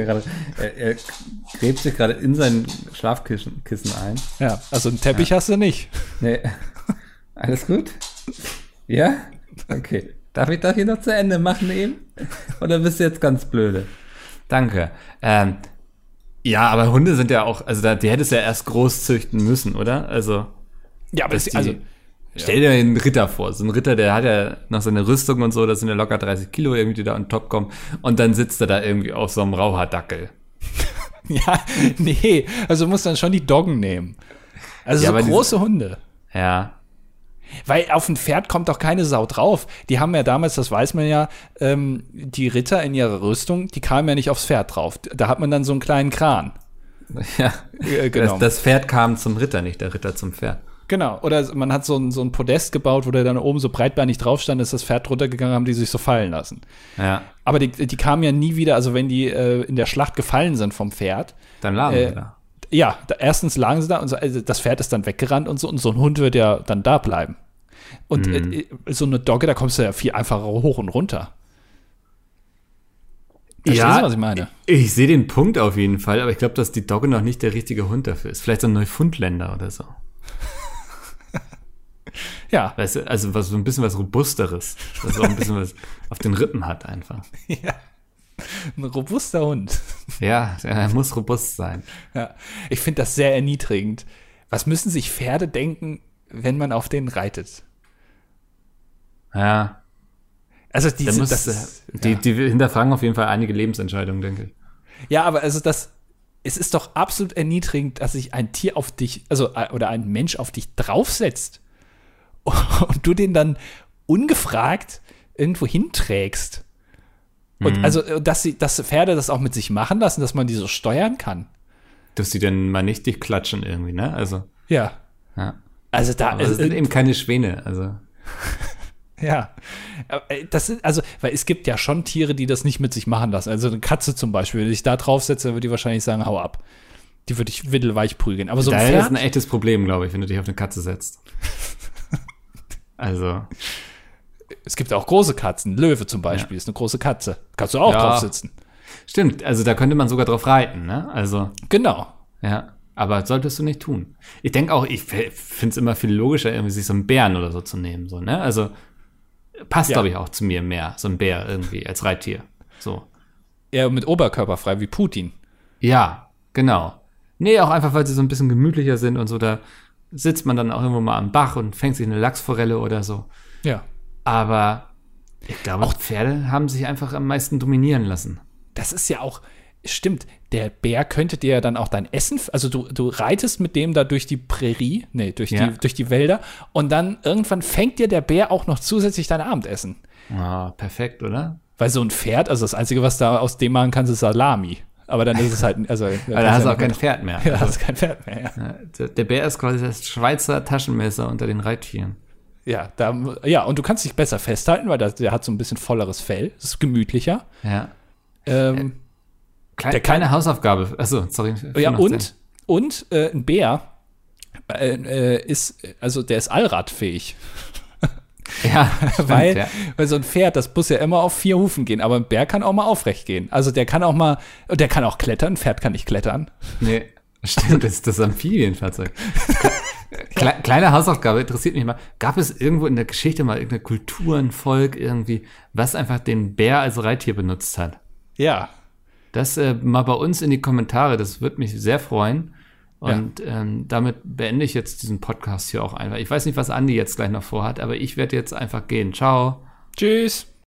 gräbt sich gerade in sein Schlafkissen ein. Ja, also einen Teppich hast du nicht. Nee. Alles gut? Ja? Okay. Darf ich noch zu Ende machen eben? Oder bist du jetzt ganz blöde? Danke. Ja, aber Hunde sind ja auch, also die hättest du ja erst groß züchten müssen, oder? Also. Ja, aber stell dir einen Ritter vor. So ein Ritter, der hat ja noch seine Rüstung und so, das sind ja locker 30 Kilo irgendwie, die da on top kommen. Und dann sitzt er da irgendwie auf so einem Rauhardackel. Ja, nee. Also du musst dann schon die Doggen nehmen. Also so große Hunde. Ja. Weil auf ein Pferd kommt doch keine Sau drauf. Die haben ja damals, das weiß man ja, die Ritter in ihrer Rüstung, die kamen ja nicht aufs Pferd drauf. Da hat man dann so einen kleinen Kran. Ja, genau. Das Pferd kam zum Ritter, nicht der Ritter zum Pferd. Genau, oder man hat so ein Podest gebaut, wo der dann oben so breitbeinig drauf stand, ist das Pferd runtergegangen, haben die sich so fallen lassen. Ja. Aber die kamen ja nie wieder, also wenn die in der Schlacht gefallen sind vom Pferd. Dann lagen sie da. Ja, erstens lagen sie da und so, also das Pferd ist dann weggerannt und so ein Hund wird ja dann da bleiben. Und so eine Dogge, da kommst du ja viel einfacher hoch und runter. Verstehst du, was ich meine? Ich sehe den Punkt auf jeden Fall, aber ich glaube, dass die Dogge noch nicht der richtige Hund dafür ist. Vielleicht so ein Neufundländer oder so. Ja. Weißt du, also so ein bisschen was Robusteres, was auch ein bisschen was auf den Rippen hat einfach. Ja. Ein robuster Hund. Ja, er muss robust sein. Ja. Ich finde das sehr erniedrigend. Was müssen sich Pferde denken, wenn man auf denen reitet? Ja. Also die hinterfragen auf jeden Fall einige Lebensentscheidungen, denke ich. Ja, aber also es ist doch absolut erniedrigend, dass sich ein Tier auf dich, oder ein Mensch auf dich draufsetzt und du den dann ungefragt irgendwo hinträgst. Und also, dass Pferde das auch mit sich machen lassen, dass man die so steuern kann. Dass die dann mal nicht dich klatschen irgendwie, ne? Also. Ja. Also aber es sind eben keine Schwäne, also. Ja, weil es gibt ja schon Tiere, die das nicht mit sich machen lassen. Also eine Katze zum Beispiel, wenn ich da draufsetze, dann würde die wahrscheinlich sagen, hau ab. Die würde ich windelweich prügeln. Aber so ein Pferd ist ein echtes Problem, glaube ich, wenn du dich auf eine Katze setzt. Also. Es gibt auch große Katzen. Löwe zum Beispiel ist eine große Katze. Kannst du auch drauf sitzen. Stimmt, also da könnte man sogar drauf reiten, ne? Also. Genau. Ja, aber solltest du nicht tun. Ich denke auch, ich finde es immer viel logischer, irgendwie sich so einen Bären oder so zu nehmen, so, ne? Also passt, glaube ich, auch zu mir mehr, so ein Bär irgendwie als Reittier. So. Eher mit Oberkörper frei, wie Putin. Ja, genau. Nee, auch einfach, weil sie so ein bisschen gemütlicher sind und so, da sitzt man dann auch irgendwo mal am Bach und fängt sich eine Lachsforelle oder so. Ja. Aber ich glaube, auch Pferde haben sich einfach am meisten dominieren lassen. Das ist ja auch, stimmt, der Bär könnte dir ja dann auch dein Essen, also du reitest mit dem da durch die Prärie, durch die Wälder und dann irgendwann fängt dir der Bär auch noch zusätzlich dein Abendessen. Ah, perfekt, oder? Weil so ein Pferd, also das Einzige, was da aus dem machen kannst, ist Salami. Aber dann ist es halt, also. Aber da hast du auch kein Pferd mehr. Ja, da hast du kein Pferd mehr, ja. Der Bär ist quasi das Schweizer Taschenmesser unter den Reittieren. Ja, und du kannst dich besser festhalten, weil der hat so ein bisschen volleres Fell. Das ist gemütlicher. Ja. Kleine Hausaufgabe. Achso, sorry. Ja, und ein Bär der ist allradfähig. Ja, stimmt, weil so ein Pferd, das muss ja immer auf 4 Hufen gehen, aber ein Bär kann auch mal aufrecht gehen. Also der kann auch klettern, ein Pferd kann nicht klettern. Nee, stimmt, das ist das Amphibienfahrzeug. Kleine Hausaufgabe, interessiert mich mal. Gab es irgendwo in der Geschichte mal irgendeine Kultur, ein Volk irgendwie, was einfach den Bär als Reittier benutzt hat? Ja. Das mal bei uns in die Kommentare, das würde mich sehr freuen. Und damit beende ich jetzt diesen Podcast hier auch einfach. Ich weiß nicht, was Andi jetzt gleich noch vorhat, aber ich werde jetzt einfach gehen. Ciao. Tschüss.